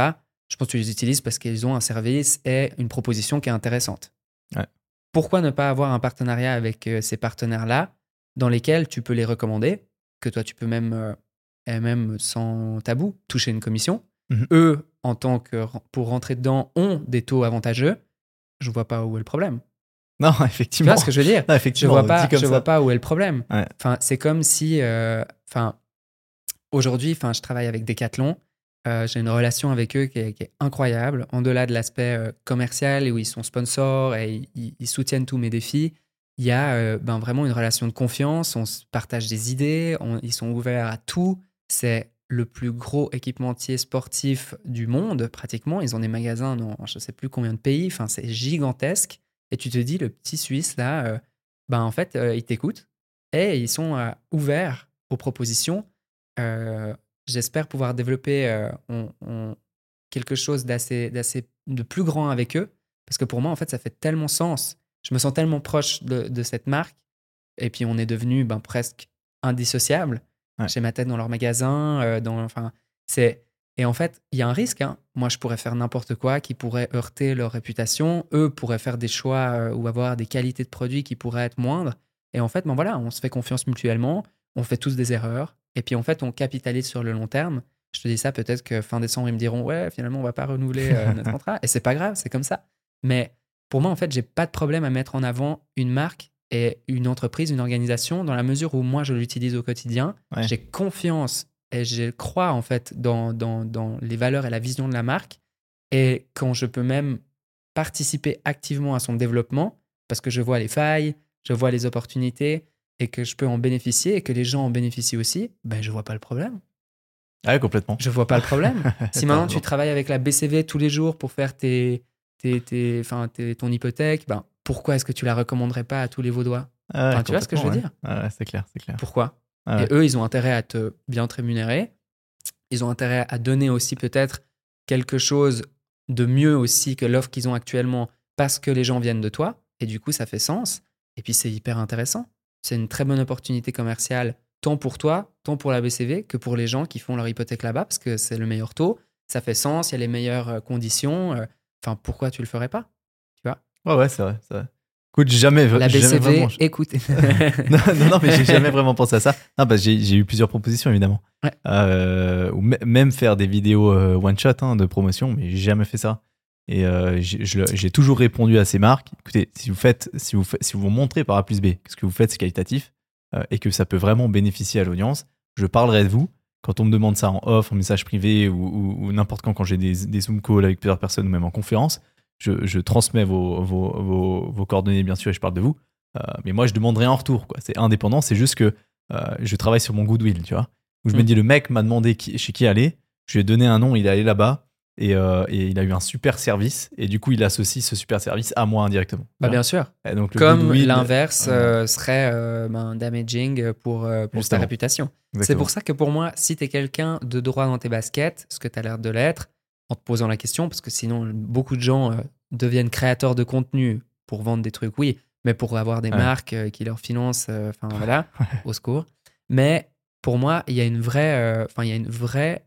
Je pense que tu les utilises parce qu'ils ont un service et une proposition qui est intéressante. Ouais. Pourquoi ne pas avoir un partenariat avec euh, ces partenaires-là dans lesquels tu peux les recommander, que toi tu peux même, euh, et même sans tabou, toucher une commission. Mhm. Eux, en tant que pour rentrer dedans, ont des taux avantageux. Je vois pas où est le problème. Non, Tu effectivement. vois ce que je veux dire? Non, Je effectivement, vois pas, dit comme je ça. vois pas où est le problème. Ouais. Enfin, c'est comme si, euh, enfin, aujourd'hui, enfin, je travaille avec Decathlon. Euh, j'ai une relation avec eux qui est, qui est incroyable. En delà de l'aspect euh, commercial et où ils sont sponsors et ils, ils soutiennent tous mes défis, il y a euh, ben, vraiment une relation de confiance. On se partage des idées. On- ils sont ouverts à tout. C'est le plus gros équipementier sportif du monde, pratiquement. Ils ont des magasins dans je ne sais plus combien de pays. Enfin, c'est gigantesque. Et tu te dis, le petit Suisse, là, euh, ben, en fait, euh, ils t'écoutent et ils sont euh, ouverts aux propositions. Euh, J'espère pouvoir développer euh, on- on- quelque chose d'assez, d'assez, de plus grand avec eux. Parce que pour moi, en fait, ça fait tellement sens. Je me sens tellement proche de, de cette marque. Et puis, on est devenu ben, presque indissociable. Ouais. J'ai ma tête dans leur magasin. euh, dans, enfin, c'est... Et en fait, il y a un risque. Hein. Moi, je pourrais faire n'importe quoi qui pourrait heurter leur réputation. Eux pourraient faire des choix euh, ou avoir des qualités de produits qui pourraient être moindres. Et en fait, ben voilà, on se fait confiance mutuellement. On fait tous des erreurs. Et puis, en fait, on capitalise sur le long terme. Je te dis ça, peut-être que fin décembre, ils me diront ouais, finalement, on va pas renouveler euh, notre contrat. Et c'est pas grave, c'est comme ça. Mais pour moi, en fait, j'ai pas de problème à mettre en avant une marque et une entreprise, une organisation, dans la mesure où moi, je l'utilise au quotidien. Ouais. J'ai confiance et je crois, en fait, dans, dans, dans les valeurs et la vision de la marque. Et quand je peux même participer activement à son développement, parce que je vois les failles, je vois les opportunités et que je peux en bénéficier et que les gens en bénéficient aussi, ben, je vois pas le problème. Ouais, complètement. Je vois pas le problème. Si T'as maintenant raison. tu travailles avec la B C V tous les jours pour faire tes, tes, tes, enfin, tes- ton hypothèque, ben, pourquoi est-ce que tu la recommanderais pas à tous les Vaudois? Ah ouais, Enfin, tu vois ce que je veux complètement, dire? ouais. Ouais, ouais, c'est clair, c'est clair. Pourquoi? Ah ouais. Et eux, ils ont intérêt à te bien te rémunérer. Ils ont intérêt à donner aussi peut-être quelque chose de mieux aussi que l'offre qu'ils ont actuellement parce que les gens viennent de toi. Et du coup, ça fait sens. Et puis, c'est hyper intéressant. C'est une très bonne opportunité commerciale, tant pour toi, tant pour la B C V, que pour les gens qui font leur hypothèque là-bas, parce que c'est le meilleur taux. Ça fait sens, il y a les meilleures euh, conditions. euh, Enfin, pourquoi tu le ferais pas? Tu vois? Ouais, ouais, c'est vrai, c'est vrai. Écoute, j'ai jamais, La j'ai jamais B C V, vraiment. écoutez. non, non, non, mais j'ai jamais vraiment pensé à ça. Non, bah, j'ai, j'ai eu plusieurs propositions, évidemment. Ouais. Euh, ou m- même faire des vidéos euh, one-shot hein, de promotion, mais j'ai jamais fait ça. Et euh, j'ai, je le- j'ai toujours répondu à ces marques. Écoutez, si vous faites, si vous, faites, si vous montrez par A plus B que ce que vous faites, c'est qualitatif euh, et que ça peut vraiment bénéficier à l'audience, je parlerai de vous. Quand on me demande ça en off, en message privé ou, ou- ou n'importe quand, quand j'ai des, des Zoom calls avec plusieurs personnes ou même en conférence, je, je transmets vos, vos, vos, vos coordonnées, bien sûr, et je parle de vous. Euh, mais moi, je demanderai en retour. Quoi. C'est indépendant. C'est juste que euh, je travaille sur mon goodwill, tu vois. Où je Mm. me dis, le mec m'a demandé qui, chez qui aller. Je lui ai donné un nom. Il est allé là-bas et, euh, et il a eu un super service. Et du coup, il associe ce super service à moi indirectement. Bah, tu vois. bien sûr. Et donc, le Comme goodwill, l'inverse voilà. euh, serait euh, ben, damaging pour, euh, pour ta Justement. réputation. C'est Exactement. pour ça que pour moi, si tu es quelqu'un de droit dans tes baskets, ce que tu as l'air de l'être, en te posant la question, parce que sinon, beaucoup de gens euh, deviennent créateurs de contenu pour vendre des trucs, oui, mais pour avoir des Ouais. marques euh, qui leur financent, euh, enfin voilà, Ouais. au secours. Mais pour moi, il y a une vraie, euh, enfin il y a une vraie,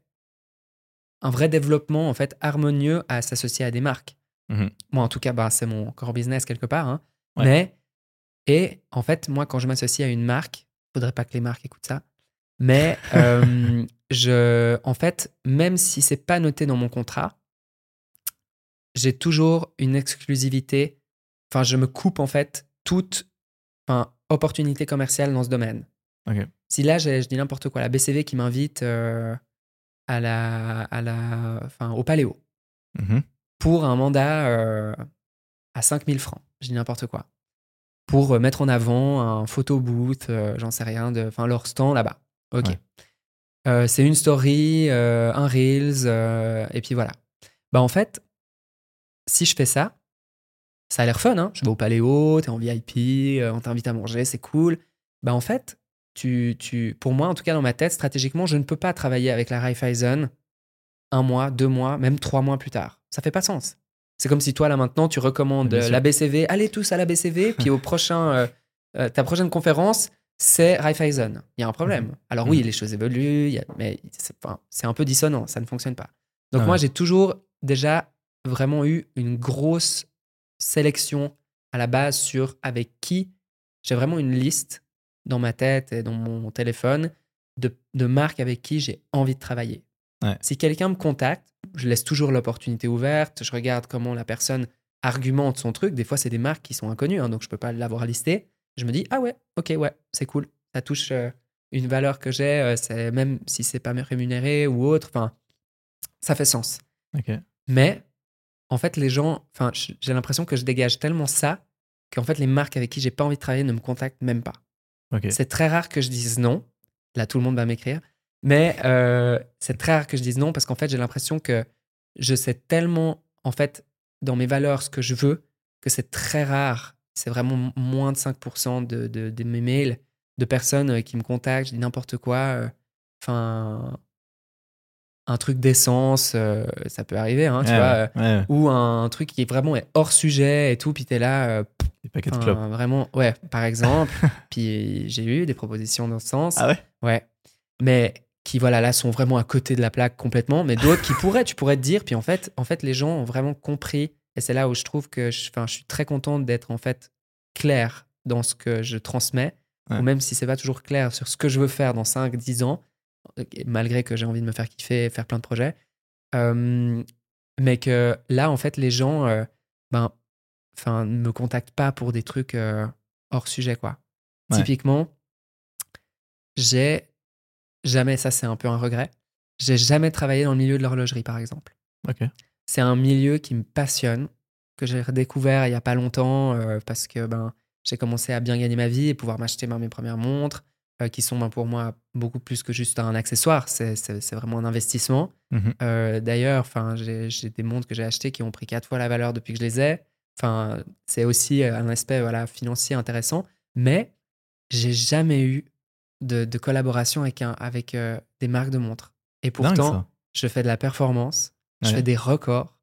un vrai développement en fait harmonieux à s'associer à des marques. Mhm. Moi, en tout cas, bah, c'est mon core business quelque part. Hein. Ouais. Mais, et en fait, moi, quand je m'associe à une marque, faudrait pas que les marques écoutent ça, mais euh, je, en fait, même si c'est pas noté dans mon contrat, j'ai toujours une exclusivité. Enfin, je me coupe en fait toute enfin, opportunité commerciale dans ce domaine. Ok. Si là, j'ai- je dis n'importe quoi, la B C V qui m'invite euh, à la, à la, enfin, au Paléo Mhm. pour un mandat euh, à cinq mille francs, je dis n'importe quoi. Pour euh, mettre en avant un photo booth, euh, j'en sais rien, de, enfin leur stand là-bas. Ok. Ouais. Euh, c'est une story, euh, un reels, euh, et puis voilà. Bah en fait, si je fais ça, ça a l'air fun, hein. Je vais au Paléo, t'es en V I P, euh, on t'invite à manger, c'est cool. Bah en fait, tu, tu, pour moi, en tout cas dans ma tête, stratégiquement, je ne peux pas travailler avec la Raiffeisen un mois, deux mois, même trois mois plus tard. Ça fait pas sens. C'est comme si toi, là, maintenant, tu recommandes Bien euh, sûr. la B C V, allez tous à la B C V, puis au prochain, euh, euh, ta prochaine conférence, c'est Raiffeisen. Il y a un problème. Mhm. Alors oui, Mhm. les choses évoluent, il y a- mais c'est, enfin, c'est un peu dissonant, ça ne fonctionne pas. Donc Ah moi, ouais. j'ai toujours déjà vraiment eu une grosse sélection à la base sur avec qui. J'ai vraiment une liste dans ma tête et dans mon téléphone de, de marques avec qui j'ai envie de travailler. Ouais. Si quelqu'un me contacte, je laisse toujours l'opportunité ouverte, je regarde comment la personne argumente son truc. Des fois, c'est des marques qui sont inconnues, hein, donc je ne peux pas l'avoir listé. Je me dis, ah ouais, ok, ouais, c'est cool. Ça touche euh, une valeur que j'ai, euh, c'est, même si c'est pas rémunéré ou autre, enfin, ça fait sens. Ok. Mais en fait, les gens, enfin, j'ai l'impression que je dégage tellement ça qu'en fait, les marques avec qui j'ai pas envie de travailler ne me contactent même pas. Ok. C'est très rare que je dise non. Là, tout le monde va m'écrire. Mais euh, c'est très rare que je dise non parce qu'en fait, j'ai l'impression que je sais tellement, en fait, dans mes valeurs, ce que je veux, que c'est très rare. C'est vraiment moins de cinq pour cent de, de, de mes mails de personnes euh, qui me contactent, je dis n'importe quoi. Enfin, un truc d'essence, euh, ça peut arriver, hein, tu Ouais, vois. ouais, euh, ouais. Ou un truc qui est vraiment est hors sujet et tout, puis t'es là, euh, Des paquets de clopes. enfin, vraiment, ouais, par exemple. Puis j'ai eu des propositions dans ce sens. Ah ouais? Ouais. Mais qui, voilà, là, sont vraiment à côté de la plaque complètement. Mais d'autres qui pourraient, tu pourrais te dire. Puis en fait, en fait, les gens ont vraiment compris. Et c'est là où je trouve que je, enfin, je suis très contente d'être en fait clair dans ce que je transmets. Ouais. Ou même si c'est pas toujours clair sur ce que je veux faire dans cinq dix ans, malgré que j'ai envie de me faire kiffer et faire plein de projets. Euh, mais que là, en fait, les gens euh, ben, ne me contactent pas pour des trucs euh, hors sujet, quoi. Ouais. Typiquement, j'ai jamais, ça c'est un peu un regret, j'ai jamais travaillé dans le milieu de l'horlogerie, par exemple. Ok. C'est un milieu qui me passionne, que j'ai redécouvert il y a pas longtemps euh, parce que ben, j'ai commencé à bien gagner ma vie et pouvoir m'acheter ben, mes premières montres, euh, qui sont ben, pour moi beaucoup plus que juste un accessoire, c'est, c'est, c'est vraiment un investissement. Mhm. Euh, d'ailleurs, enfin, j'ai, j'ai des montres que j'ai achetées qui ont pris quatre fois la valeur depuis que je les ai. Enfin, c'est aussi un aspect voilà, financier intéressant, mais j'ai jamais eu de, de collaboration avec, un, avec euh, des marques de montres. Et Dingue pourtant, ça. je fais de la performance, je Ouais. fais des records,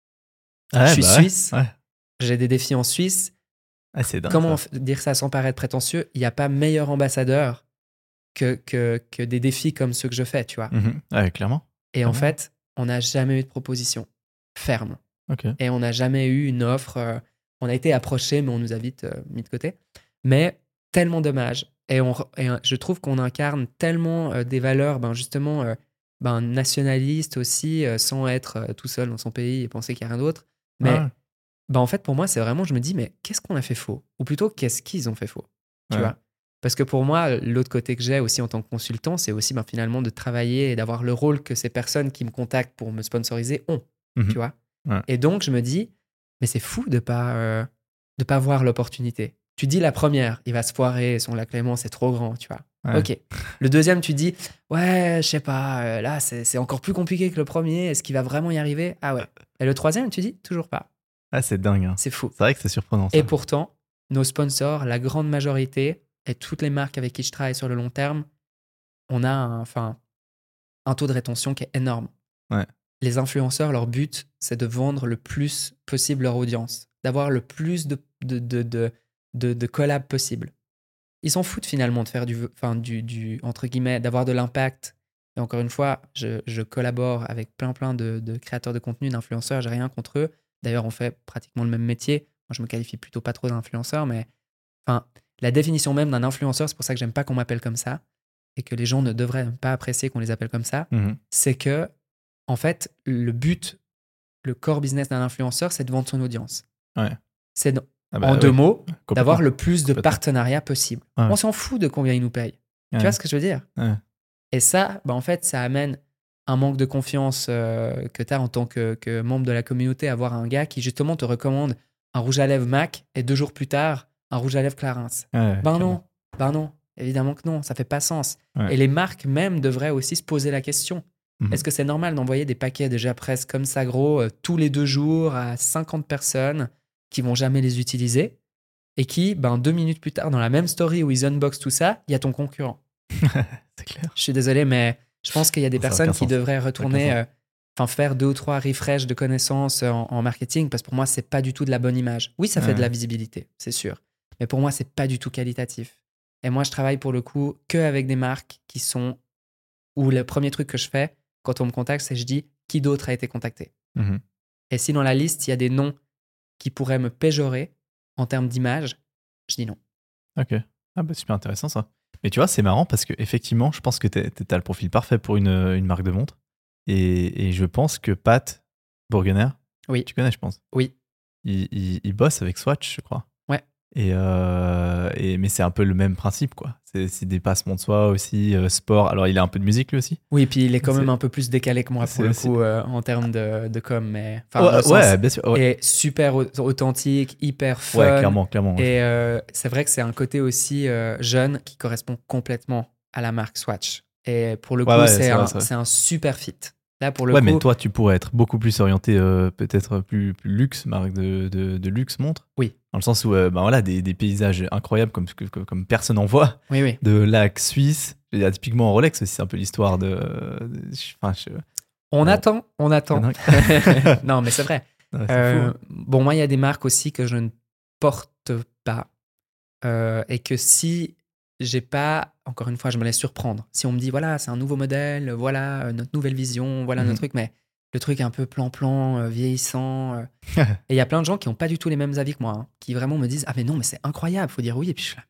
Ah je ouais, suis bah ouais. suisse, Ouais. j'ai des défis en Suisse. Ah, c'est dingue Comment ça. f- dire ça sans paraître prétentieux? Il n'y a pas meilleur ambassadeur que, que, que des défis comme ceux que je fais, tu vois. Mhm. Ouais, clairement. Et en Clairement. fait, on n'a jamais eu de proposition ferme. Ok. Et on n'a jamais eu une offre. euh, on a été approché, mais on nous a vite euh, mis de côté. Mais tellement dommage. Et, on, re- et, euh, je trouve qu'on incarne tellement euh, des valeurs, ben, justement, euh, ben, nationalistes aussi, euh, sans être euh, tout seul dans son pays et penser qu'il n'y a rien d'autre. Ouais. Mais ben, en fait, pour moi, c'est vraiment, je me dis, mais qu'est-ce qu'on a fait faux? Ou plutôt, qu'est-ce qu'ils ont fait faux? Tu Ouais. vois? Parce que pour moi, l'autre côté que j'ai aussi en tant que consultant, c'est aussi ben, finalement de travailler et d'avoir le rôle que ces personnes qui me contactent pour me sponsoriser ont. Mhm. Tu vois? Ouais. Et donc, je me dis, mais c'est fou de pas, euh, de pas voir l'opportunité. Tu dis la première, il va se foirer, son lac Léman, c'est trop grand, tu vois. Ouais. Ok. Le deuxième, tu dis, ouais, je sais pas, euh, là, c'est c'est encore plus compliqué que le premier, est-ce qu'il va vraiment y arriver? Ah ouais. Et le troisième, tu dis, toujours pas. Ah, c'est dingue. Hein. C'est fou. C'est vrai que c'est surprenant ça. Et pourtant, nos sponsors, la grande majorité, et toutes les marques avec qui je travaille sur le long terme, on a un, enfin, un taux de rétention qui est énorme. Ouais. Les influenceurs, leur but, c'est de vendre le plus possible leur audience, d'avoir le plus de, de, de, de, de, de collabs possible. Ils s'en foutent finalement de faire du, enfin, du, du entre guillemets, d'avoir de l'impact. Et encore une fois, je, je collabore avec plein plein de, de créateurs de contenu, d'influenceurs, j'ai rien contre eux. D'ailleurs, on fait pratiquement le même métier. Moi, je me qualifie plutôt pas trop d'influenceur, mais enfin, la définition même d'un influenceur, c'est pour ça que j'aime pas qu'on m'appelle comme ça, et que les gens ne devraient pas apprécier qu'on les appelle comme ça, Mhm. c'est que, en fait, le but, le core business d'un influenceur, c'est de vendre son audience. Ouais. C'est, de- Ah bah en deux oui. mots, Complètement. d'avoir le plus de Complètement. partenariats possible. Ouais. On s'en fout de combien ils nous payent. Ouais. Tu vois ce que je veux dire? Ouais. Et ça, bah en fait, ça amène un manque de confiance euh, que tu as en tant que, que membre de la communauté à voir un gars qui, justement, te recommande un rouge à lèvres MAC et deux jours plus tard, un rouge à lèvres Clarins. Ouais, Ben clairement. non, ben non, évidemment que non, ça fait pas sens. Ouais. Et les marques même devraient aussi se poser la question. Mhm. Est-ce que c'est normal d'envoyer des paquets déjà presque comme ça gros euh, tous les deux jours à cinquante personnes qui vont jamais les utiliser et qui, ben, deux minutes plus tard, dans la même story où ils unboxent tout ça, il y a ton concurrent? C'est clair. Je suis désolé, mais je pense qu'il y a des Ça n'a personnes aucun qui sens. devraient aucun retourner, sens. euh, enfin faire deux ou trois refresh de connaissances en, en marketing, parce que pour moi, c'est pas du tout de la bonne image. Oui, ça fait de Ouais. la visibilité, c'est sûr, mais pour moi, c'est pas du tout qualitatif. Et moi, je travaille pour le coup que avec des marques qui sont où le premier truc que je fais quand on me contacte, c'est je dis qui d'autre a été contacté. Mhm. Et si dans la liste, il y a des noms qui pourraient me péjorer en termes d'image, je dis non. Ok. Ah bah super intéressant ça. Mais tu vois, c'est marrant parce que effectivement, je pense que t'es- t'es- t'as le profil parfait pour une, une marque de montre. Et, et je pense que Pat Bourgener, Oui, tu connais, je pense. oui, Il, il- il bosse avec Swatch, je crois. ouais. Et, euh, et mais c'est un peu le même principe, quoi. C'est c'est dépassement de soi aussi, euh, sport. Alors il a un peu de musique lui aussi. Oui, puis il est quand C'est- même un peu plus décalé que moi pour c'est le aussi- coup euh, en termes de, de com, mais enfin, Ouais, au sens, ouais, bien sûr. Ouais, est super au- authentique, hyper fun. ouais, clairement, clairement. ouais. Et euh, c'est vrai que c'est un côté aussi euh, jeune qui correspond complètement à la marque Swatch. Et pour le Ouais, coup, ouais, c'est c'est vrai, un, c'est vrai. c'est un super fit. Là, pour le Ouais, coup, mais toi, tu pourrais être beaucoup plus orienté, euh, peut-être plus, plus luxe, marque de, de, de luxe montre. oui, Dans le sens où, euh, ben voilà, des, des paysages incroyables comme, que- que- comme personne n'en voit, oui, oui. de lacs suisses. Je veux dire, typiquement en Rolex aussi, c'est un peu l'histoire de. de- Enfin, je- On Bon. attend, on attend. Non, Non, mais c'est vrai. ouais, c'est Euh, fou. bon, moi, il y a des marques aussi que je ne porte pas. Euh, et que si j'ai pas, encore une fois, je me laisse surprendre. Si on me dit, voilà, c'est un nouveau modèle, voilà euh, notre nouvelle vision, voilà Mhm. notre truc, mais le truc un peu plan-plan, euh, vieillissant. euh. Et il y a plein de gens qui n'ont pas du tout les mêmes avis que moi, hein, qui vraiment me disent, ah mais non, mais c'est incroyable, faut dire oui. Et puis je suis là.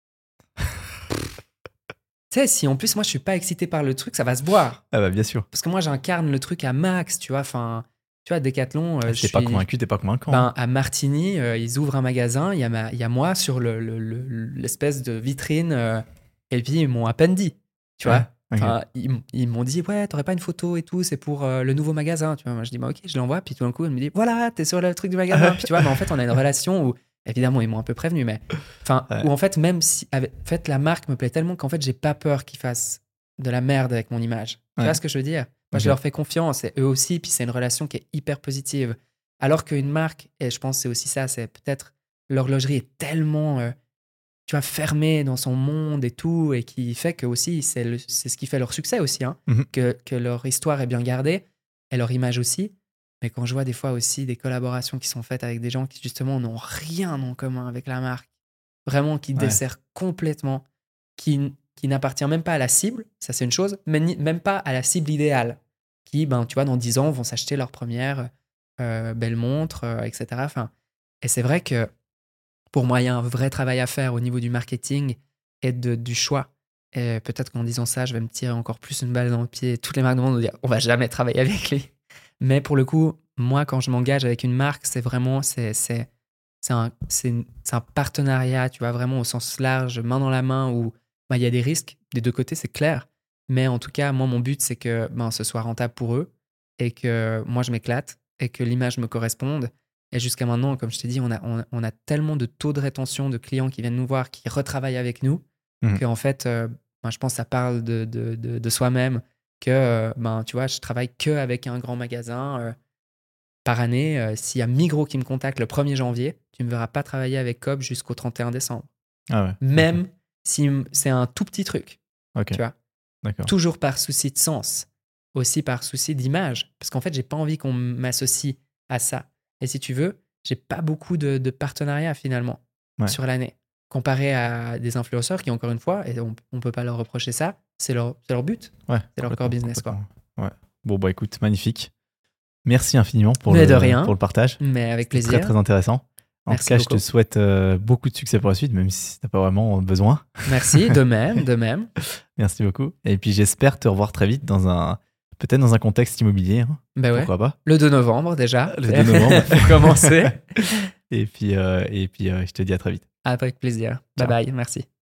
Tu sais, si en plus moi je suis pas excité par le truc, ça va se voir. Ah bah bien sûr. Parce que moi j'incarne le truc à max, tu vois. Enfin, tu vois, Decathlon, euh, Ah, je si t'es suis. pas convaincu, t'es pas convaincant. Ben, à Martigny, euh, ils ouvrent un magasin, il y, a ma- il y a moi sur le- le- le- l'espèce de vitrine, euh, et puis ils m'ont à peine dit, tu vois. Ouais, ok. Enfin, ils, m- ils m'ont dit, ouais, t'aurais pas une photo et tout, c'est pour euh, le nouveau magasin, tu vois. Moi, je dis, bah, ok, je l'envoie, puis tout d'un coup, elle me dit, voilà, t'es sur le truc du magasin. Puis tu vois, mais en fait, on a une relation où, évidemment, ils m'ont un peu prévenu, mais, enfin, Ouais. où en fait, même si, avec- en fait, la marque me plaît tellement qu'en fait, j'ai pas peur qu'ils fassent de la merde avec mon image. Tu Ouais. vois ce que je veux dire? Moi, Ok. je leur fais confiance, et eux aussi, puis c'est une relation qui est hyper positive. Alors qu'une marque, et je pense que c'est aussi ça, c'est peut-être l'horlogerie est tellement, euh, tu vois, fermée dans son monde et tout, et qui fait que aussi, c'est, le- c'est ce qui fait leur succès aussi, hein, Mhm. que, que leur histoire est bien gardée, et leur image aussi. Mais quand je vois des fois aussi des collaborations qui sont faites avec des gens qui justement n'ont rien en commun avec la marque, vraiment qui Ouais. desserrent complètement, qui, n- qui n'appartient même pas à la cible, ça c'est une chose, mais ni- même pas à la cible idéale, qui, ben, tu vois, dans dix ans vont s'acheter leur première euh, belle montre, euh, et cetera. Enfin, et c'est vrai que pour moi, il y a un vrai travail à faire au niveau du marketing et de, du choix. Et peut-être qu'en disant ça, je vais me tirer encore plus une balle dans le pied. Toutes les marques du monde vont dire on va jamais travailler avec lui. Mais pour le coup, moi, quand je m'engage avec une marque, c'est vraiment c'est, c'est, c'est, un, c'est, une- c'est un partenariat, tu vois, vraiment au sens large, main dans la main, où bah, il y a des risques des deux côtés, c'est clair. Mais en tout cas, moi, mon but, c'est que ben, ce soit rentable pour eux et que moi, je m'éclate et que l'image me corresponde. Et jusqu'à maintenant, comme je t'ai dit, on a, on, on a tellement de taux de rétention de clients qui viennent nous voir, qui retravaillent avec nous, Mhm. qu'en fait, euh, ben, je pense que ça parle de, de, de, de soi-même, que euh, ben, tu vois, je travaille que avec un grand magasin. euh, par année, euh, s'il y a Migros qui me contacte le premier janvier, tu ne me verras pas travailler avec Cobb jusqu'au trente et un décembre. Ah ouais. Même si m- c'est un tout petit truc, Ok. tu vois. D'accord. Toujours par souci de sens, aussi par souci d'image. Parce qu'en fait, j'ai pas envie qu'on m'associe à ça. Et si tu veux, j'ai pas beaucoup de, de partenariats finalement Ouais. sur l'année. Comparé à des influenceurs qui, encore une fois, et on, on peut pas leur reprocher ça, c'est leur, c'est leur but, Ouais. c'est leur core complètement, business, quoi. complètement. Ouais. Bon bah écoute, magnifique. Merci infiniment pour Mais le de rien. pour le partage. Mais avec C'était plaisir. très très intéressant. En Merci tout cas, je beaucoup. te souhaite euh, beaucoup de succès pour la suite, même si t'as pas vraiment besoin. Merci, de même, de même. Merci beaucoup. Et puis j'espère te revoir très vite dans un peut-être dans un contexte immobilier. Hein. Ben ouais. Pourquoi pas. Le deux novembre déjà. Le deux novembre. Faut commencer. Et puis euh, et puis euh, je te dis à très vite. Avec plaisir. Ciao. Bye bye, merci.